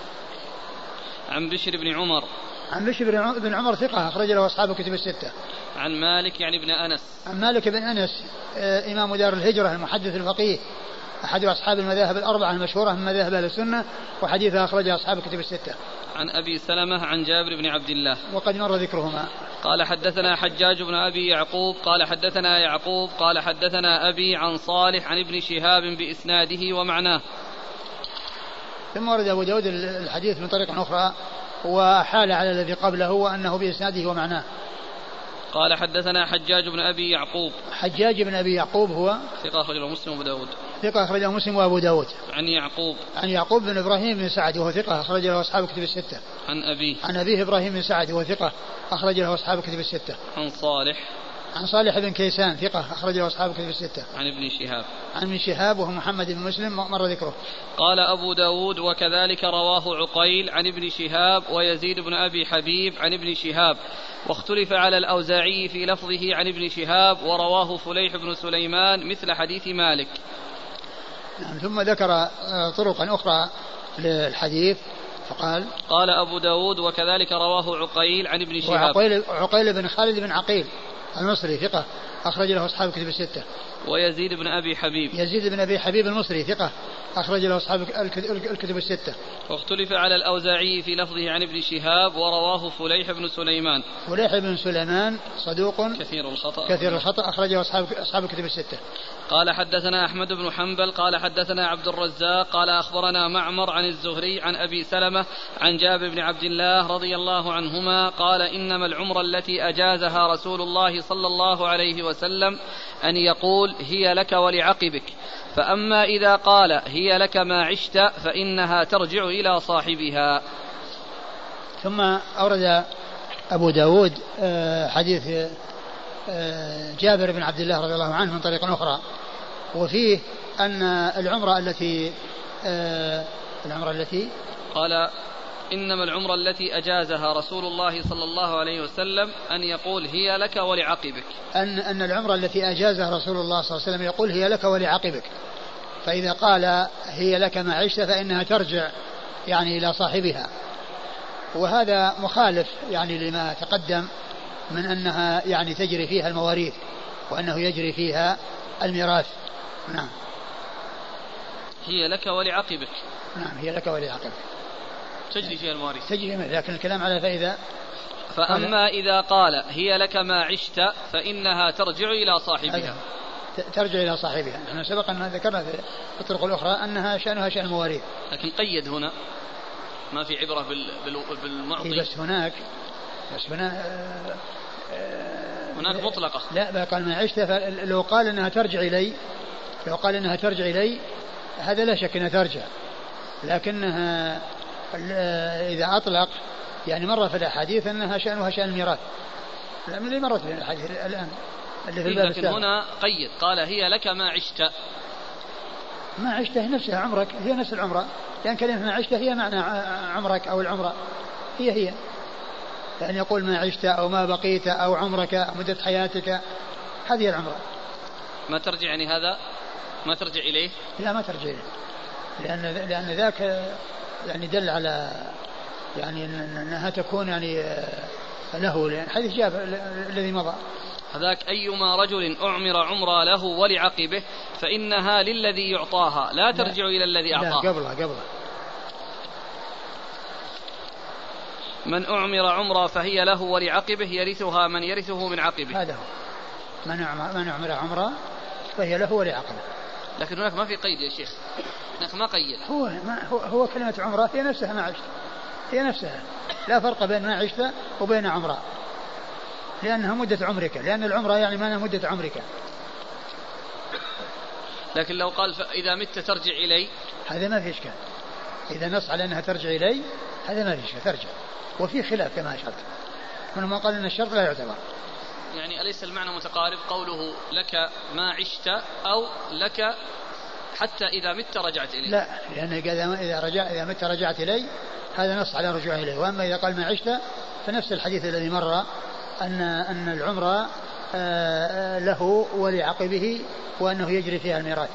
عن بشر بن عمر عن بشر بن عمر ثقة أخرج له أصحاب الكتب الستة. عن مالك يعني بن أنس عن مالك بن أنس إمام دار الهجرة المحدث الفقيه أحد أصحاب المذاهب الأربعة المشهورة من مذاهب أهل السنة وحديثها أخرجها أصحاب الكتب الستة. عن أبي سلمة عن جابر بن عبد الله وقد مر ذكرهما. قال حدثنا حجاج بن أبي يعقوب قال حدثنا يعقوب قال حدثنا أبي عن صالح عن ابن شهاب بإسناده ومعناه. ثم ورد أبو داود الحديث من طريق أخرى وحال على الذي قبله وأنه بإسناده ومعناه. قال حدثنا حجاج بن أبي يعقوب حجاج بن أبي يعقوب هو ثقة أخرجه مسلم وأبو داود ثقة أخرجه مسلم وأبو داود. عن يعقوب عن يعقوب بن إبراهيم بن سعد وهو ثقة أخرج له أصحاب الكتب الستة. عن أبيه عن أبيه إبراهيم بن سعد وهو ثقة أخرج له أصحاب الكتب الستة. عن صالح عن صالح بن كيسان ثقة أخرج له أصحاب الكتب الستة. عن ابن شهاب عن ابن شهاب وهو محمد بن مسلم مر ذكره. قال أبو داود وكذلك رواه عقيل عن ابن شهاب ويزيد بن أبي حبيب عن ابن شهاب واختلف على الأوزاعي في لفظه عن ابن شهاب ورواه فليح بن سليمان مثل حديث مالك. ثم ذكر طرقا أخرى للحديث فقال قال أبو داود وكذلك رواه عقيل عن ابن شهاب. وعقيل عقيل بن خالد بن عقيل المصري ثقة أخرج له أصحاب الكتب الستة. ويزيد بن أبي حبيب يزيد بن أبي حبيب المصري ثقة أخرج له أصحاب الكتب الستة. واختلف على الأوزاعي في لفظه عن ابن شهاب ورواه فليح بن سليمان. فليح بن سليمان صدوق كثير الخطأ كثير الخطأ أخرجه أصحاب أصحاب الكتب الستة. قال حدثنا أحمد بن حنبل قال حدثنا عبد الرزاق قال أخبرنا معمر عن الزهري عن أبي سلمة عن جابر بن عبد الله رضي الله عنهما قال إنما العمرة التي أجازها رسول الله صلى الله عليه وسلم أن يقول هي لك ولعقبك فأما إذا قال هي لك ما عشت فإنها ترجع إلى صاحبها. ثم أورد أبو داود حديث جابر بن عبد الله رضي الله عنه من طريق أخرى وفيه أن العمرة التي العمرة التي قال إنما العمرة التي أجازها رسول الله صلى الله عليه وسلم أن يقول هي لك ولعقبك. أن أن العمرة التي أجازها رسول الله صلى الله عليه وسلم يقول هي لك ولعقبك، فإذا قال هي لك ما عشت فإنها ترجع يعني إلى صاحبها، وهذا مخالف يعني لما تقدم من أنها يعني تجري فيها المواريث وأنه يجري فيها الميراث. نعم. هي لك ولعقبك. نعم هي لك ولعقبك تجري فيها المواريث. تجري، لكن الكلام على فإذا فأما إذا قال هي لك ما عشت فإنها ترجع إلى صاحبها. ترجع إلى صاحبها. نحن سبق أن ذكرنا في الطرق الأخرى أنها شأنها شأن المواريث، لكن قيد هنا ما في عبرة بالمعطي. بس هناك بس هناك, هناك مطلقة. لا قال ما عشت، لو قال أنها ترجع إلي لو قال أنها ترجع إلي هذا لا شك أنها ترجع، لكنها إذا أطلق يعني مرة في الأحاديث أنها شأنها شأن الميراث. من اللي مرت في الأحاديث الآن اللي في الباب لكن هنا قيد قال هي لك ما عشت. ما عشت هي نفسها عمرك، هي نفس العمرة، لأن يعني كلمة ما عشت هي معنى عمرك أو العمرة هي هي، يعني يقول ما عشت أو ما بقيت أو عمرك أو مدة حياتك، هذه العمرة. ما ترجع يعني هذا ما ترجع إليه؟ لا ما ترجع إليه، لأن لأن ذاك يعني دل على يعني أنها تكون يعني له، لأن حديث جابر الذي مضى هذاك أيما رجل أعمر عمرا له ولعقبه فإنها للذي يعطاها لا ترجع لا إلى الذي أعطاها. لا قبلها قبلها من أعمر عمرا فهي له ولعقبه يرثها من يرثه من عقبه. هذا هو من أعمر, من أعمر عمرا فهي له ولعقبه. لكن هناك ما في قيد يا شيخ، هناك ما قيد. هو ما هو, هو كلمة عمرة هي نفسها ما عشت، هي نفسها، لا فرق بين ما عشت وبين عمرة، لأنها مدة عمرك، لأن العمرة يعني معنى مدة عمرك. لكن لو قال إذا مت ترجع إلي هذا ما في إشكال، إذا نص على أنها ترجع إلي هذا ما في إشكال، ترجع. وفي خلاف كما أشرت من ما قال أن الشرط لا يعتبر. يعني أليس المعنى متقارب قوله لك ما عشت أو لك حتى إذا مت رجعت إلي؟ لا، لأن إذا رجع إذا مت رجعت إلي هذا نص على رجوع إليه. وأما إذا قال ما عشت فنفس الحديث الذي مر أن أن العمرة له ولعقبه وأنه يجري فيها الميراث.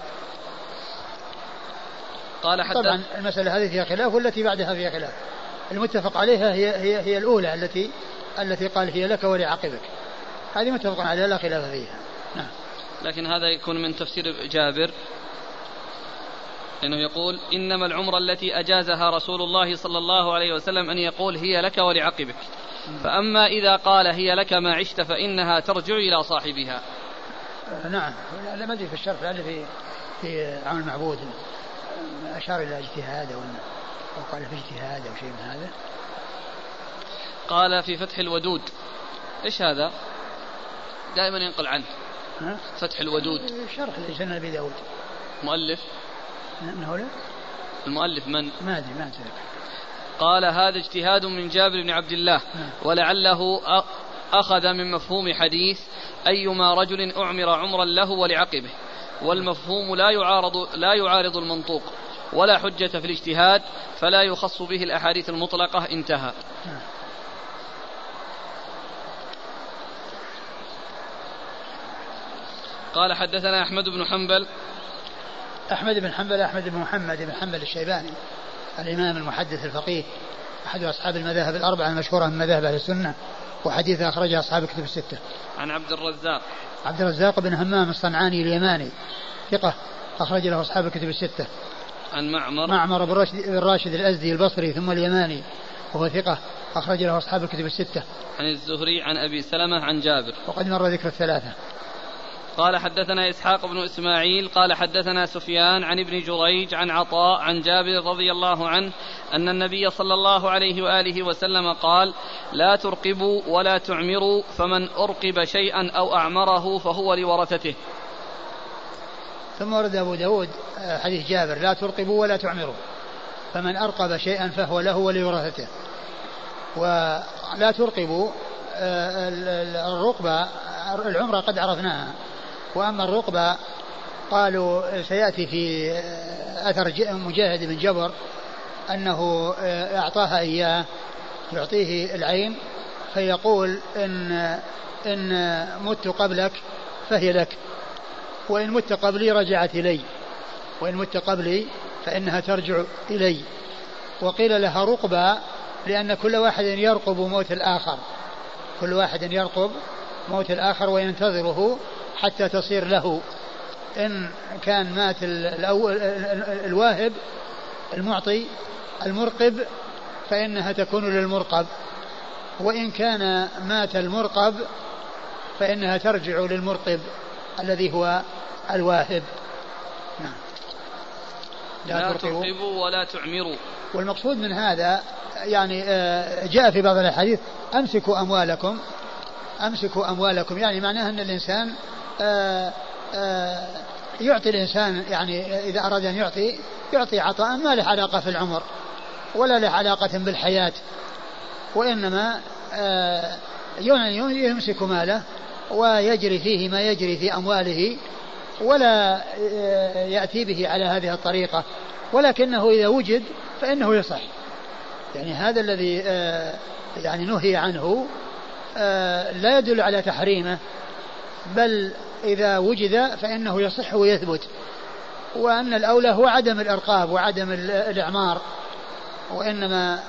قال حتى طبعا المسألة هذه فيها خلاف والتي بعدها فيها خلاف. المتفق عليها هي هي هي الأولى التي التي قال هي لك ولعقبك، هذه متفق عليها لا خلاف فيها. نعم. لكن هذا يكون من تفسير جابر، لأنه يقول إنما العمرة التي أجازها رسول الله صلى الله عليه وسلم أن يقول هي لك ولعقبك، فأما إذا قال هي لك ما عشت فإنها ترجع إلى صاحبها. نعم. لا ما أدري في الشرح لعل في في عون المعبود أشار إلى اجتهاد أو قال في اجتهاد أو شيء من هذا. قال في فتح الودود. إيش هذا؟ دائما ينقل عنه. ها؟ فتح الودود شرح لسنة أبي داود. مؤلف من هو؟ المؤلف من؟ ما أدري ما أدري. قال هذا اجتهاد من جابر بن عبد الله ولعله أخذ من مفهوم حديث أيما رجل أعمر عمرا له ولعقبه، والمفهوم لا يعارض لا يعارض المنطوق ولا حجة في الاجتهاد فلا يخص به الأحاديث المطلقة. انتهى. قال حدثنا أحمد بن حنبل. أحمد بن حنبل أحمد بن محمد بن حنبل الشيباني الإمام المحدث الفقيه أحد أصحاب المذاهب الأربعة المشهورة من مذاهب أهل السنة، وحديث أخرجه أصحاب الكتب الستة. عن عبد الرزاق عبد الرزاق بن همام الصنعاني اليماني ثقة أخرج له أصحاب الكتب الستة. عن معمر معمر بن راشد, بن راشد الأزدي البصري ثم اليماني وهو ثقة أخرج له أصحاب الكتب الستة. عن الزهري عن أبي سلمة عن جابر وقد مر ذكر الثلاثة. قال حدثنا إسحاق بن إسماعيل قال حدثنا سفيان عن ابن جريج عن عطاء عن جابر رضي الله عنه أن النبي صلى الله عليه وآله وسلم قال لا ترقبوا ولا تعمروا فمن أرقب شيئا أو أعمره فهو لورثته. ثم ورد أبو داود حديث جابر لا ترقبوا ولا تعمروا فمن أرقب شيئا فهو له ولورثته. ولا ترقبوا الرقبة العمرة قد عرفناها، وأما الرقبة قالوا سيأتي في أثر مجاهد بن جبر أنه أعطاها إياه يعطيه العين فيقول إن, إن مت قبلك فهي لك، وإن مت قبلي رجعت إلي، وإن مت قبلي فإنها ترجع إلي. وقيل لها رقبة لأن كل واحد يرقب موت الآخر، كل واحد يرقب موت الآخر وينتظره حتى تصير له. إن كان مات الواهب المعطي المرقب فإنها تكون للمرقب، وإن كان مات المرقب فإنها ترجع للمرقب الذي هو الواهب. نعم. لا ترقبوا ولا تعمروا. والمقصود من هذا يعني جاء في بعض الحديث أمسكوا أموالكم، أمسكوا أموالكم، يعني معناها أن الإنسان آآ آآ يعطي الإنسان، يعني إذا أراد أن يعطي يعطي عطاء ما له علاقة في العمر ولا له علاقة بالحياة، وإنما يمسك ماله ويجري فيه ما يجري في أمواله ولا يأتي به على هذه الطريقة، ولكنه إذا وجد فإنه يصح. يعني هذا الذي يعني نهي عنه لا يدل على تحريمه، بل إذا وجد فإنه يصح ويثبت، وأن الأولى هو عدم الإرقاب وعدم الإعمار، وإنما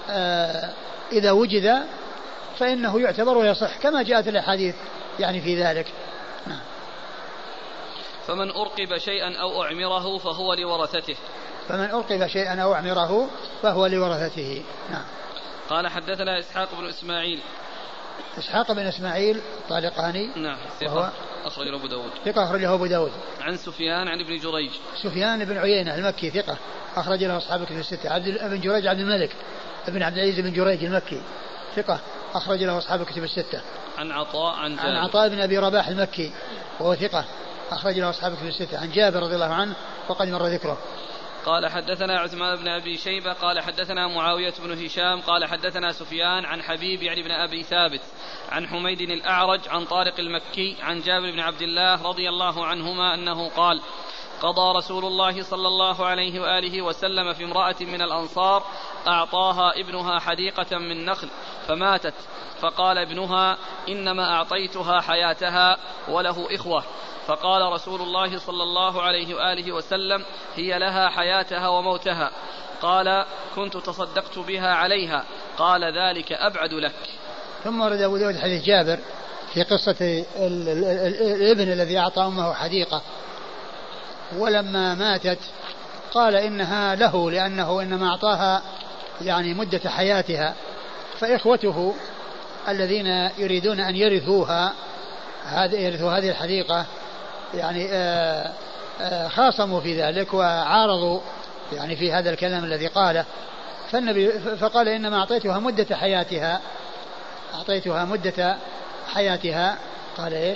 إذا وجد فإنه يعتبر ويصح كما جاءت الأحاديث يعني في ذلك. نعم. فمن أرقب شيئا أو أعمره فهو لورثته. فمن أرقب شيئا أو أعمره فهو لورثته. نعم. قال حدثنا إسحاق بن إسماعيل. إسحاق بن إسماعيل طالقاني. نعم. ثقة أخرجه أبو داود. ثقة أخرجه أبو داود. عن سفيان عن ابن جريج. سفيان بن عيينة المكي ثقة أخرج له أصحاب الكتب الستة. عبد بن جريج عبد الملك ابن عبد العزيز بن جريج المكي ثقة أخرج له أصحاب الكتب الستة. عن عطاء عن جابر. عن عطاء بن أبي رباح المكي وهو ثقة أخرج له أصحاب الكتب الستة. عن جابر رضي الله عنه وقد مر ذكره. قال حدثنا عثمان بن أبي شيبة قال حدثنا معاوية بن هشام قال حدثنا سفيان عن حبيب يعني بن أبي ثابت عن حميد الأعرج عن طارق المكي عن جابر بن عبد الله رضي الله عنهما أنه قال قضى رسول الله صلى الله عليه وآله وسلم في امرأة من الأنصار أعطاها ابنها حديقة من نخل فماتت، فقال ابنها إنما أعطيتها حياتها وله إخوة، فقال رسول الله صلى الله عليه وآله وسلم هي لها حياتها وموتها. قال كنت تصدقت بها عليها. قال ذلك أبعد لك. ثم ورد أبو داود حديث جابر في قصة الابن الذي أعطى أمه حديقة ولما ماتت قال إنها له لأنه إنما أعطاها يعني مدة حياتها، فإخوته الذين يريدون أن يرثوها يرثوا هذه الحديقة يعني آآ آآ خاصموا في ذلك وعارضوا يعني في هذا الكلام الذي قاله، فالنبي فقال إنما أعطيتها مدة حياتها أعطيتها مدة حياتها قال إيش؟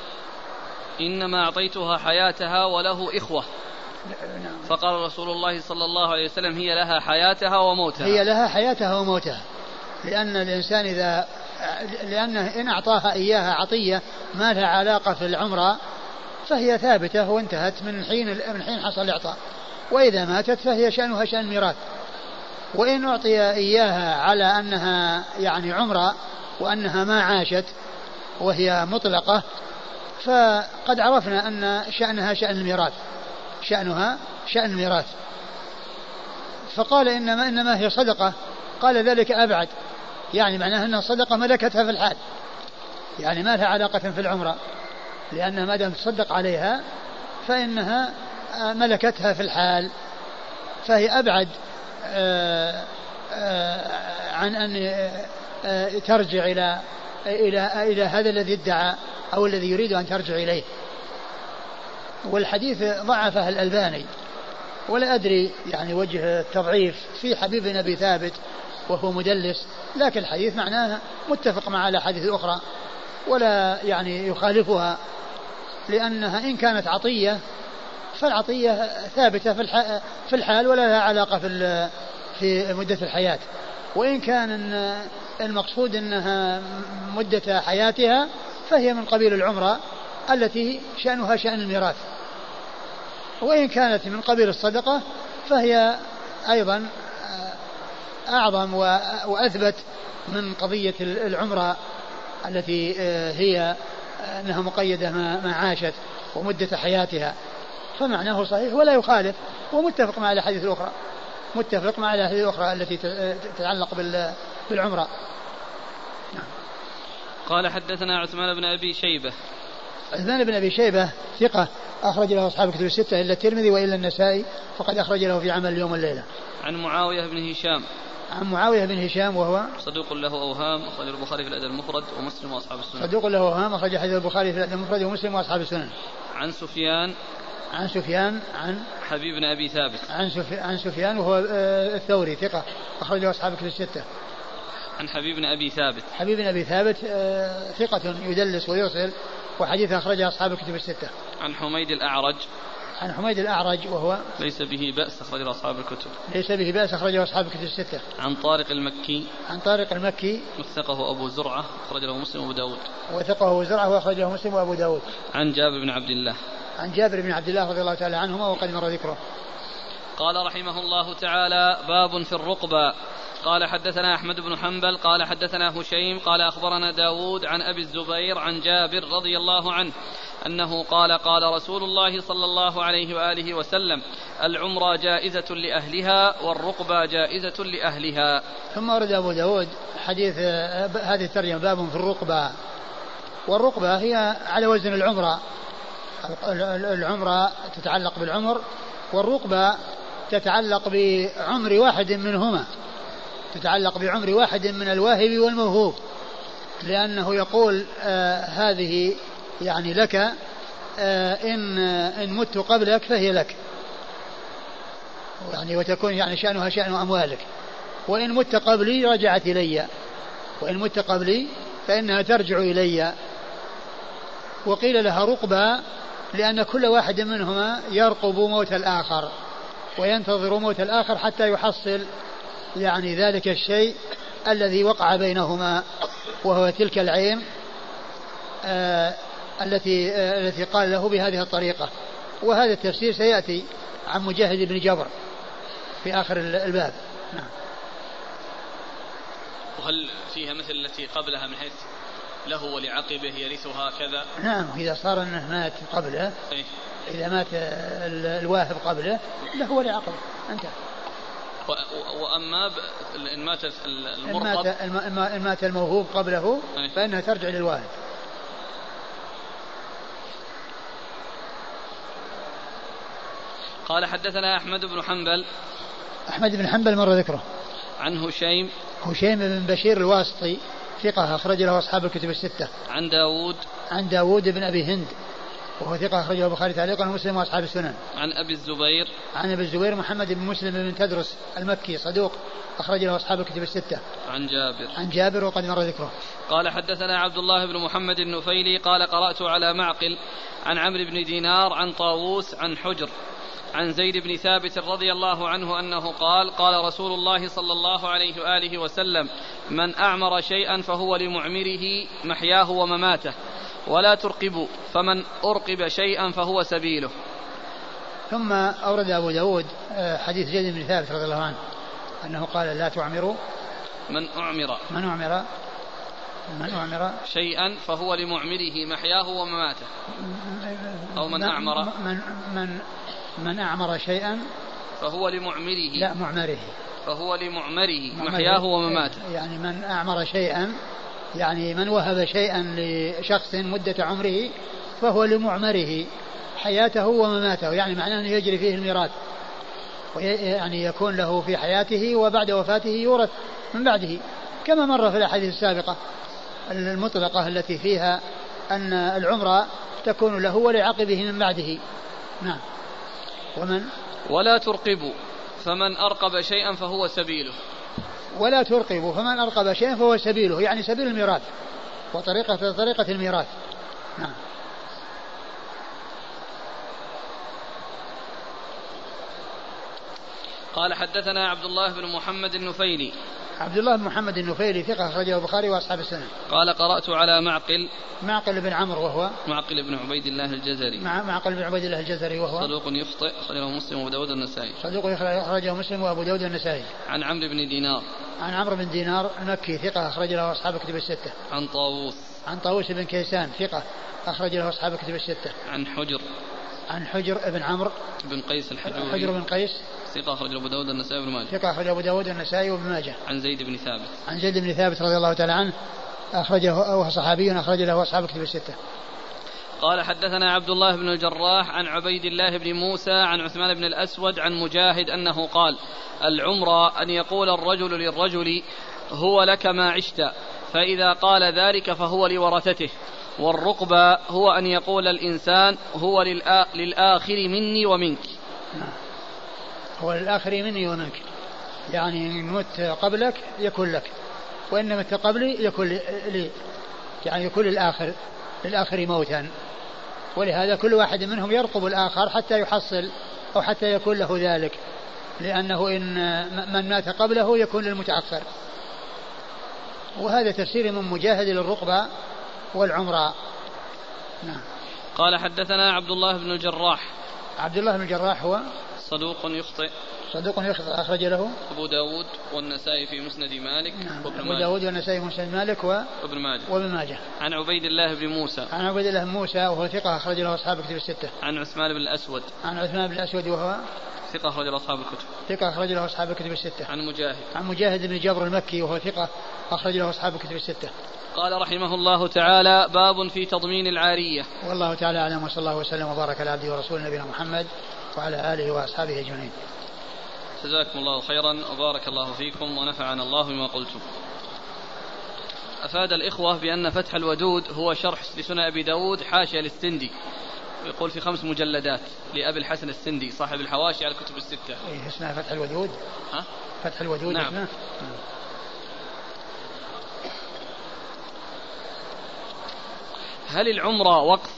إنما أعطيتها حياتها وله إخوة. نعم. فقال رسول الله صلى الله عليه وسلم هي لها حياتها وموتها. هي لها حياتها وموتها، لأن الإنسان إذا لأنه إن أعطاها إياها عطية ما لها علاقة في العمرة فهي ثابتة وانتهت من حين من حين حصل الإعطاء، وإذا ماتت فهي شأنها شأن الميراث. وإن أعطي إياها على أنها يعني عمرة وأنها ما عاشت وهي مطلقة فقد عرفنا أن شأنها شأن الميراث شأنها شأن الميراث. فقال إنما إنما هي صدقة، قال ذلك أبعد، يعني معناه أن الصدقة ملكتها في الحال، يعني ما لها علاقة في العمرة، لأنها ما دام تصدق عليها فإنها ملكتها في الحال، فهي أبعد عن أن ترجع إلى إلى إلى هذا الذي ادعى أو الذي يريد أن ترجع إليه. والحديث ضعفه الألباني ولا أدري يعني وجه التضعيف في حبيب بن أبي ثابت وهو مدلس، لكن الحديث معناه متفق مع الأحاديث الأخرى ولا يعني يخالفها، لأنها إن كانت عطية فالعطية ثابتة في الحال ولا لها علاقة في في مدة الحياة، وإن كان المقصود أنها مدة حياتها فهي من قبيل العمرة التي شأنها شأن الميراث، وإن كانت من قبيل الصدقة فهي أيضا أعظم وأثبت من قضية العمرة التي هي أنها مقيدة ما عاشت ومدة حياتها، فمعناه صحيح ولا يخالف ومتفق مع الأحاديث الأخرى، متفق مع الأحاديث الأخرى التي تتعلق بالعمرة. قال حدثنا عثمان بن أبي شيبة. عثمان بن أبي شيبة ثقة أخرج له أصحاب الكتب الستة إلا الترمذي وإلا النسائي فقد أخرج له في عمل اليوم والليلة. عن معاوية بن هشام. عن معاوية بن هشام وهو صدوق له أوهام أخرج البخاري في الأدب المفرد ومسلم وأصحاب السنن. صدوق له أوهام أخرج حديث البخاري في الأدب المفرد ومسلم وأصحاب السنن. عن سفيان. عن سفيان عن حبيب بن أبي ثابت. عن, سفي... عن سفيان وهو الثوري ثقة أخرج له أصحاب الكتب الستة. عن حبيب بن أبي ثابت. حبيب بن أبي ثابت ثقة يدلس ويرسل وحديث أخرجه أصحاب الكتب الستة. عن حميد الأعرج. عن حميد الأعرج وهو ليس به بأس أخرجه أصحاب الكتب. ليس به بأس أخرجه أصحاب الكتب الستة. عن طارق المكي. عن طارق المكي وثقه أبو زرعة أخرجه مسلم وأبو داود. وثقه أبو زرعة وأخرجه مسلم وأبو داود. عن جابر بن عبد الله. عن جابر بن عبد الله رضي الله تعالى عنهما وقد مر ذكره. قال رحمه الله تعالى: باب في الرقبة. قال حدثنا أحمد بن حنبل قال حدثنا هشيم قال أخبرنا داود عن أبي الزبير عن جابر رضي الله عنه أنه قال: قال رسول الله صلى الله عليه وآله وسلم: العمرة جائزة لأهلها والرقبة جائزة لأهلها. ثم ورد أبو داود حديث هذه الترجمة: باب في الرقبة. والرقبة هي على وزن العمرة، العمرة تتعلق بالعمر، والرقبة تتعلق بعمر واحد منهما، تتعلق بعمر واحد من الواهب والموهوب، لأنه يقول آه هذه يعني لك، آه إن إن مت قبلك فهي لك، يعني وتكون يعني شأنها شأن أموالك، وإن مت قبلي رجعت إلي، وإن مت قبلي فإنها ترجع إلي. وقيل لها رقبة لأن كل واحد منهما يرقب موت الآخر وينتظر موت الآخر حتى يحصل يعني ذلك الشيء الذي وقع بينهما، وهو تلك العين آه التي آه التي قال له بهذه الطريقة. وهذا التفسير سيأتي عن مجاهد بن جبر في آخر الباب. نعم. وهل فيها مثل التي قبلها من حيث له ولعقبه يرثها كذا؟ نعم، إذا صار أنه مات قبله، أي. إذا مات الواهب قبله له ولعقبه انتهى. وأما إن مات المرقب، إن مات الموهوب قبله أي. فإنها ترجع للواهب. قال حدثنا أحمد بن حنبل. أحمد بن حنبل مر ذكره. عن هشيم. هشيم بن بشير الواسطي ثقة أخرج له أصحاب الكتب الستة. عن داود. عن داود بن أبي هند وهو ثقة أخرجه البخاري تعليقا ومسلم وأصحاب السنن. عن أبي الزبير. عن أبي الزبير محمد بن مسلم بن تدرس المكي صدوق أخرج له أصحاب الكتب الستة. عن جابر. عن جابر وقد مر ذكره. قال حدثنا عبد الله بن محمد النفيلي قال: قرأت على معقل عن عمرو بن دينار عن طاووس عن حجر عن زيد بن ثابت رضي الله عنه أنه قال: قال رسول الله صلى الله عليه وآله وسلم: من أعمر شيئا فهو لمعمره محياه ومماته ولا ترقبوا، فمن أرقب شيئا فهو سبيله. ثم أورد أبو داود حديث زيد بن ثابت رضي الله عنه أنه قال: لا تعمروا من أعمر من أعمر من أعمر شيئا فهو لمعمره محياه ومماته، أو من أعمر من من من أعمر شيئا فهو لمعمره لا معمره فهو لمعمره محياه ومماته، يعني من أعمر شيئا يعني من وهب شيئا لشخص مدة عمره فهو لمعمره حياته ومماته، يعني معناه أنه يجري فيه الميراث، يعني يكون له في حياته وبعد وفاته يورث من بعده، كما مر في الأحاديث السابقة المطلقة التي فيها أن العمر تكون له ولعقبه من بعده. نعم. ومن ولا ترقبوا فمن أرقب شيئا فهو سبيله. ولا ترقبوا فمن أرقب شيئا فهو سبيله، يعني سبيل الميراث وطريقة طريقة الميراث. نعم. قال حدثنا عبد الله بن محمد النفيلي. عبد الله بن محمد النفيلي ثقة أخرجه البخاري وأصحاب السنن. قال: قرأت على معقل معقل بن عمرو وهو معقل بن عبيد الله الجزري. مع معقل بن عبيد الله الجزري وهو صدوق يخطئ أخرجه مسلم وأبو داود والنسائي. صدوق أخرجه مسلم وأبو داود والنسائي. عن عمرو بن دينار. عن عمرو بن دينار المكي ثقة أخرج له أصحاب كتب الستة. عن طاووس. عن طاووس بن كيسان ثقة أخرج له أصحاب كتب الستة. عن حجر. عن حجر بن عمرو بن قيس الحجوري. حجر بن قيس ثقة أخرج أبو داود والنسائي وابن ماجه. ثقة أخرج أبو داود والنسائي وابن ماجه. عن زيد بن ثابت. عن زيد بن ثابت رضي الله تعالى عنه أخرجه وهو صحابي أخرج له أصحاب كتب الستة. قال حدثنا عبد الله بن الجراح عن عبيد الله بن موسى عن عثمان بن الأسود عن مجاهد أنه قال: العمرة أن يقول الرجل للرجل هو لك ما عشت، فإذا قال ذلك فهو لورثته. والرقبة هو أن يقول الإنسان هو للآخر مني ومنك. هو للآخر مني ومنك، يعني إن مت قبلك يكون لك، وإن مت قبلي يكون لي، يعني يكون للآخر للآخر موتا. ولهذا كل واحد منهم يرقب الآخر حتى يحصل أو حتى يكون له ذلك، لأنه إن من مات قبله يكون للمتأخر. وهذا تفسير من مجاهد للرقبة والعمرة. نعم. قال حدثنا عبد الله بن الجراح. عبد الله بن الجراح هو صدوق يخطئ. صدوق يخطئ أخرج له أبو داود والنسائي في مسند مالك. نعم. أبو داود والنسائي في مسند مالك وابن ماجه. وابن ماجه. عن عبيد الله بن موسى. عن عبيد الله بن موسى وهو ثقة أخرج له أصحاب الكتب الستة. عن عثمان بن الأسود. عن عثمان بن الأسود وهو ثقة أخرج له أصحاب الكتب. ثقة أخرج له أصحاب الكتب الستة. عن مجاهد. عن مجاهد بن جبر المكي وهو ثقة أخرج له أصحاب الكتب الستة. قال رحمه الله تعالى: باب في تضمين العارية. والله تعالى أعلم، وصلى الله وسلم وبارك على عبده ورسوله نبينا محمد وعلى آله وأصحابه أجمعين. جزاكم الله خيرا وبارك الله فيكم ونفعنا الله بما قلتم. أفاد الإخوة بأن فتح الودود هو شرح لسنن أبي داود حاشية للسندي، يقول في خمس مجلدات لأبي الحسن السندي صاحب الحواشي على الكتب الستة. إيه اسمها فتح الودود؟ ها؟ فتح الودود. نعم. اسمها؟ هل العمرة وقف؟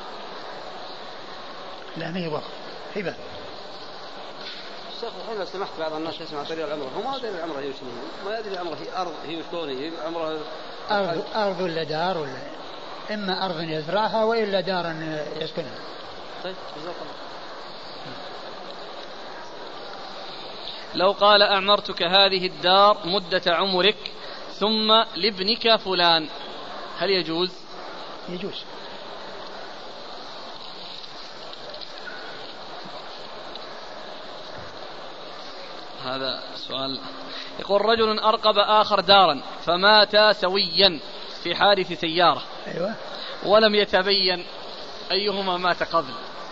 لا، ما هي وقف، هبة. الشيخ الحين لو سمحت بعض الناس يسمع طريق العمرة، هو ما يدري العمرة هي وشنو، ما يدري العمرة هي أرض، هي وشلون هي عمرة أرض, أرض ولا دار، ولا إما أرض يزرعها وإلا دار يسكنها. طيب جزاك الله. لو قال أعمرتك هذه الدار مدة عمرك ثم لابنك فلان، هل يجوز؟ يجوز. هذا سؤال. يقول: رجل أرقب آخر دارا فماتا سويا في حادث سيارة. أيوة. ولم يتبين أيهما مات قبل.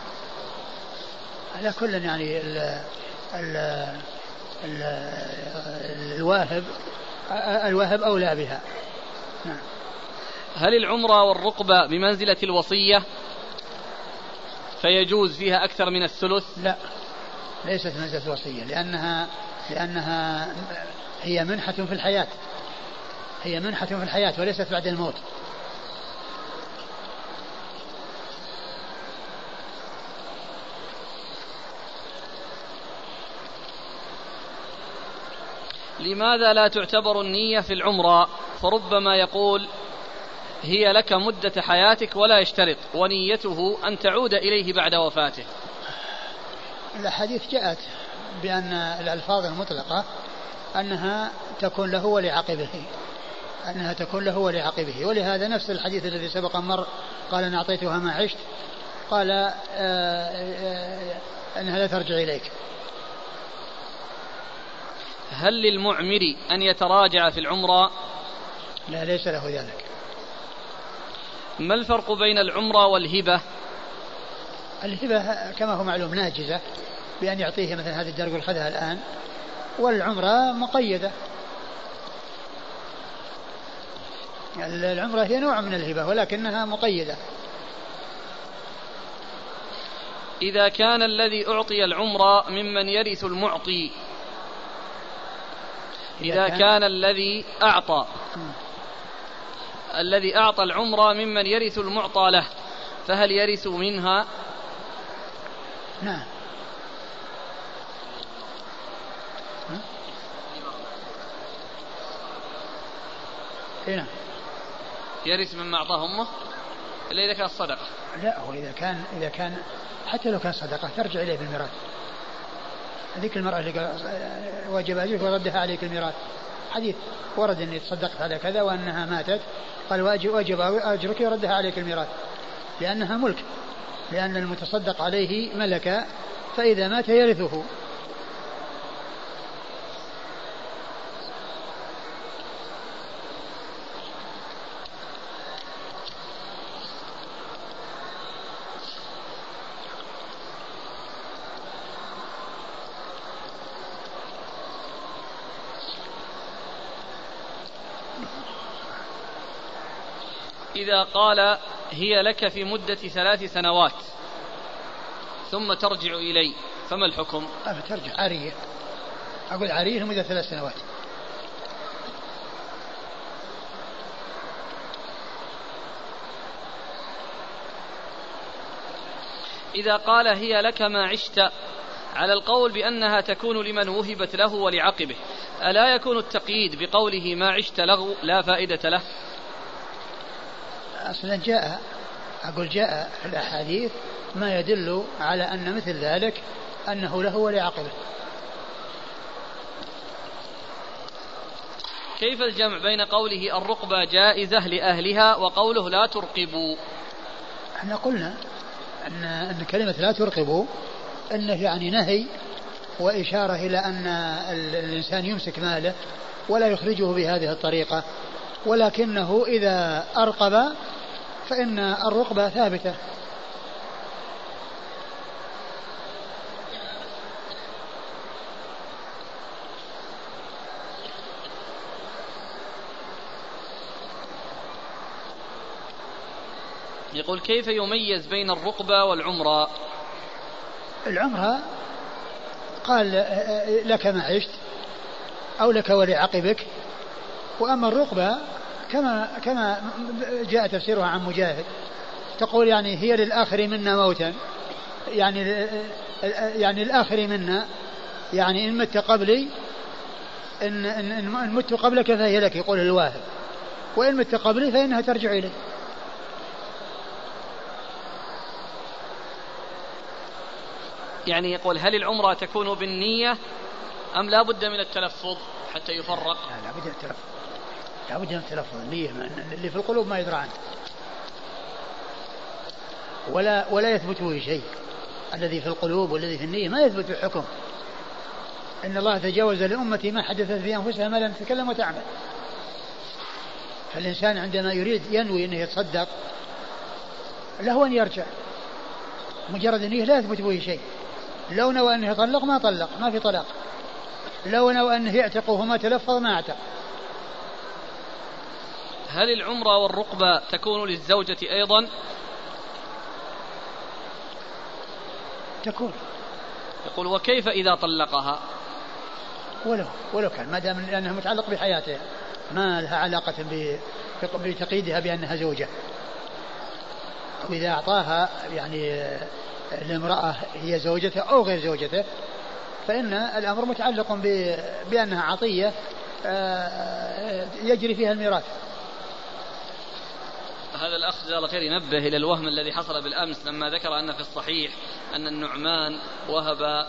على كل يعني ال ال ال الواهب الواهب أولى بها. نعم. هل العمرة والرقبة بمنزلة الوصية فيجوز فيها أكثر من الثلث؟ لا، ليست منزلة الوصية، لأنها لأنها هي منحة في الحياة، هي منحة في الحياة وليست بعد الموت. لماذا لا تعتبر النية في العمرة؟ فربما يقول هي لك مدة حياتك ولا يشترط، ونيته أن تعود إليه بعد وفاته. الحديث جاءت بأن الألفاظ المطلقة أنها تكون له ولعقبه، أنها تكون له ولعقبه، ولهذا نفس الحديث الذي سبق مر قال أنا أعطيتها ما عشت، قال آآ آآ أنها لا ترجع إليك. هل للمعمر أن يتراجع في العمرة؟ لا، ليس له ذلك. ما الفرق بين العمرة والهبة؟ الهبة كما هو معلوم ناجزة بأن يعطيه مثل هذه الدار والخذها الآن، والعمرة مقيدة. العمرة هي نوع من الهبة ولكنها مقيدة. إذا كان الذي أعطي العمرة ممن يرث المعطي، إذا كان, كان الذي أعطى الذي أعطى العمرة ممن يرث المعطى له، فهل يرث منها؟ نعم. هنا يرث مما أعطاه أمه؟ إلا إذا كان صدقة. لا، هو إذا كان إذا كان حتى لو كان صدقة ترجع إليه بالميراث. هذيك المرأة اللي قال واجب أجرك وردها عليك الميراث، حديث ورد أني تصدقت على كذا وأنها ماتت، قال واجب أجرك وردها عليك الميراث، لأنها ملك، لأن المتصدق عليه ملك، فإذا مات يرثه. إذا قال هي لك في مدة ثلاث سنوات ثم ترجع إلي فما الحكم؟ ترجع عارية، أقول عارية لمدة ثلاث سنوات. إذا قال هي لك ما عشت على القول بأنها تكون لمن وهبت له ولعقبه، ألا يكون التقييد بقوله ما عشت له لا فائدة له؟ أصلا جاء أقول جاء في الأحاديث ما يدل على أن مثل ذلك أنه له ولعقبه. كيف الجمع بين قوله الرقبة جائزة لأهلها وقوله لا ترقبوا؟ احنا قلنا أن, أن كلمة لا ترقبوا أنه يعني نهي وإشارة إلى أن الإنسان يمسك ماله ولا يخرجه بهذه الطريقة، ولكنه إذا أرقب فإن الرقبة ثابتة. يقول كيف يميز بين الرقبة والعمرة؟ العمرة قال لك ما عشت أو لك ولعقبك، وأما الرقبة كما كما جاء تفسيرها عن مجاهد تقول يعني هي للآخر منا موتا، يعني يعني الآخر منا يعني إن مت قبلي إن, إن, إن مت قبلك فهي لك، يقول الواهب، وإن مت قبلي فإنها ترجع إلي. يعني يقول هل العمرة تكون بالنية أم لا بد من التلفظ حتى يفرق؟ لا, لا بد من التلفظ، لا بد من التلفظ. النية اللي في القلوب ما يدرى عنه، ولا ولا يثبت به شيء. الذي في القلوب والذي في النية ما يثبت الحكم. إن الله تجاوز لأمتي ما حدثت في أنفسها ما لم تتكلم وتعمل. فالإنسان عندما يريد ينوي أنه يتصدق له أن يرجع، مجرد النية لا يثبت به شيء. لو نوى أنه يطلق ما طلق، ما في طلاق. لو نوى أنه يعتق وما تلفظ ما اعتق. هل العمرة والرقبة تكون للزوجة أيضا؟ تكون. يقول وكيف إذا طلقها؟ ولو ولو كان ما دام لأنها متعلق بحياتها ما لها علاقة بتقييدها بأنها زوجة. وإذا أعطاها يعني الامرأة هي زوجته أو غير زوجته فإن الأمر متعلق بأنها عطية يجري فيها الميراث. هذا الأخ جزاه الله خير ينبه إلى الوهم الذي حصل بالأمس لما ذكر أن في الصحيح أن النعمان وهب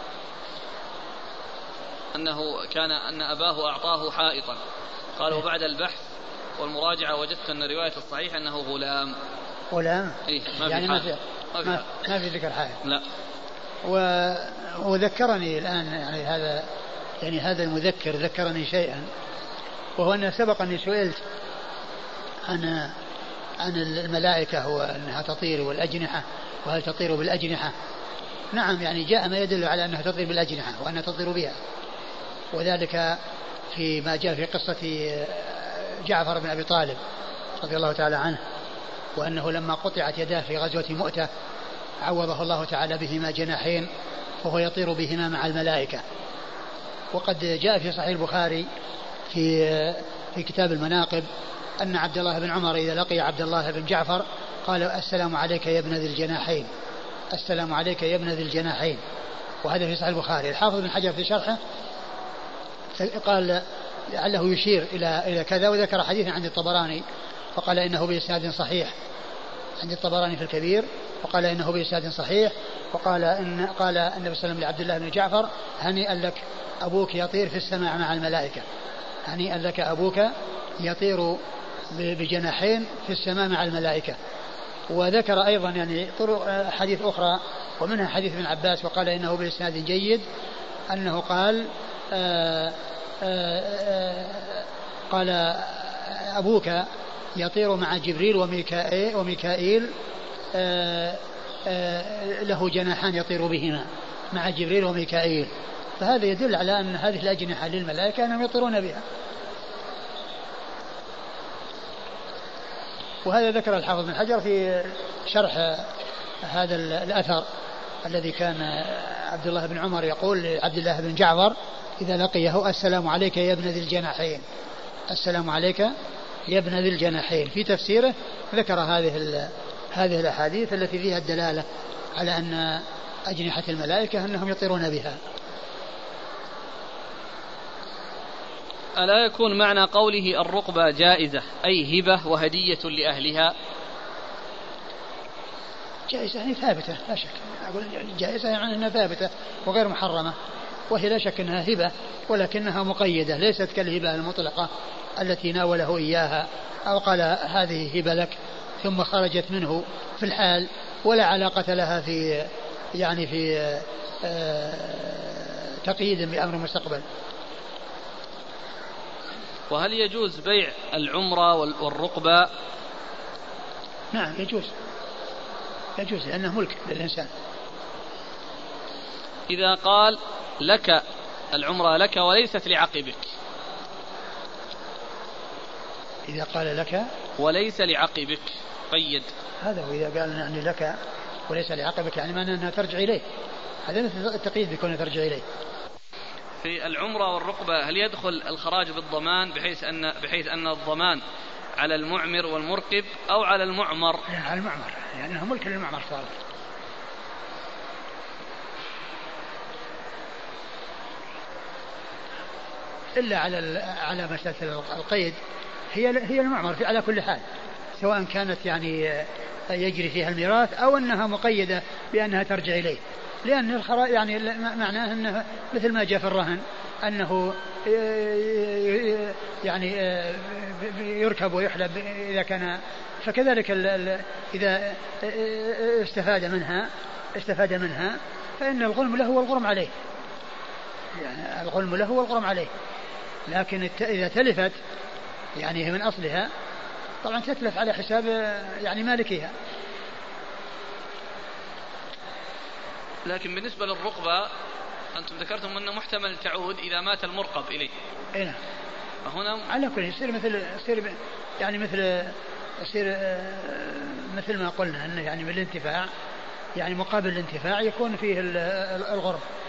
أنه كان أن أباه أعطاه حائطا، قال وبعد البحث والمراجعة وجدت أن رواية الصحيح أنه غلام. غلام؟ إيه ما يعني في ما في, ما, ما في ذكر حائط. لا. و... وذكرني الآن يعني هذا يعني هذا المذكر ذكرني شيئا، وهو أن سبق أني سئلت عن عن الملائكة وأنها تطير والأجنحة، وهل تطير بالأجنحة؟ نعم، يعني جاء ما يدل على أنها تطير بالأجنحة وأنها تطير بها، وذلك فيما جاء في قصة جعفر بن أبي طالب رضي الله تعالى عنه، وأنه لما قطعت يداه في غزوة مؤتة عوضه الله تعالى بهما جناحين وهو يطير بهما مع الملائكة. وقد جاء في صحيح البخاري في في كتاب المناقب أن عبد الله بن عمر إذا لقي عبد الله بن جعفر قال السلام عليك يا ابن ذي الجناحين، السلام عليك يا ابن ذي الجناحين، وهذا في صحيح البخاري. الحافظ بن حجر في شرحه قال لعله يشير إلى إلى كذا، وذكر حديثا عند الطبراني فقال إنه بإسناد صحيح، عند الطبراني في الكبير، وقال إنه بإسناد صحيح. وقال إن قال النبي صلى الله عليه وسلم لعبد الله بن جعفر: هنيئا لك أبوك يطير في السماء مع الملائكة، هنيئا لك أبوك يطير بجناحين في السماء مع الملائكة. وذكر أيضا يعني طرق حديث أخرى ومنها حديث ابن عباس، وقال إنه بإسناد جيد أنه قال آآ آآ قال أبوك يطير مع جبريل وميكائيل, وميكائيل آآ آآ له جناحان يطير بهما مع جبريل وميكائيل. فهذا يدل على أن هذه الأجنحة للملائكة أنهم يطيرون بها. وهذا ذكر الحافظ بن حجر في شرح هذا الأثر الذي كان عبد الله بن عمر يقول لعبد الله بن جعفر إذا لقيه: السلام عليك يا ابن ذي الجناحين، السلام عليك يا ابن ذي الجناحين. في تفسيره ذكر هذه هذه الأحاديث التي فيها الدلالة على أن أجنحة الملائكة أنهم يطيرون بها. ألا يكون معنى قوله الرقبة جائزة أي هبة وهدية لأهلها؟ جائزة يعني ثابتة لا شك. أقول جائزة يعني أنها ثابتة وغير محرمة، وهي لا شك أنها هبة ولكنها مقيدة، ليست كالهبة المطلقة التي ناوله إياها أو قال هذه هبة لك ثم خرجت منه في الحال ولا علاقة لها في يعني في تقييد بأمر مستقبل. وهل يجوز بيع العمرة والرقبة؟ نعم يجوز، يجوز لأنه ملك للإنسان. إذا قال لك العمرة لك وليست لعقبك، إذا قال لك وليس لعقبك قيد هذا، وإذا قال يعني لك وليس لعقبك يعني معنى أنها ترجع إليه، هذا مثل التقييد بكونه ترجع إليه. في العمرة والرقبة هل يدخل الخراج بالضمان بحيث أن بحيث أن الضمان على المعمر والمركب أو على المعمر؟ على المعمر، يعني أنه ملك للمعمر صار. إلا على على مسألة القيد هي هي المعمر على كل حال، سواء كانت يعني يجري فيها الميراث أو أنها مقيدة بأنها ترجع إليه، لأن الخراج يعني معناه أنه مثل ما جاء في الرهن أنه يعني يركب ويحلب إذا كان، فكذلك إذا استفاد منها استفاد منها فإن الغنم له والغرم عليه، يعني الغنم له والغرم عليه. لكن إذا تلفت يعني من أصلها طبعا تتلف على حساب يعني مالكها. لكن بالنسبة للرقبة أنتم ذكرتم أنه محتمل تعود إذا مات المرقب إليه. إيه نعم. فهنا على كل يصير مثل يصير يعني مثل يصير مثل ما قلنا أنه يعني من الانتفاع، يعني مقابل الانتفاع يكون فيه الغرم.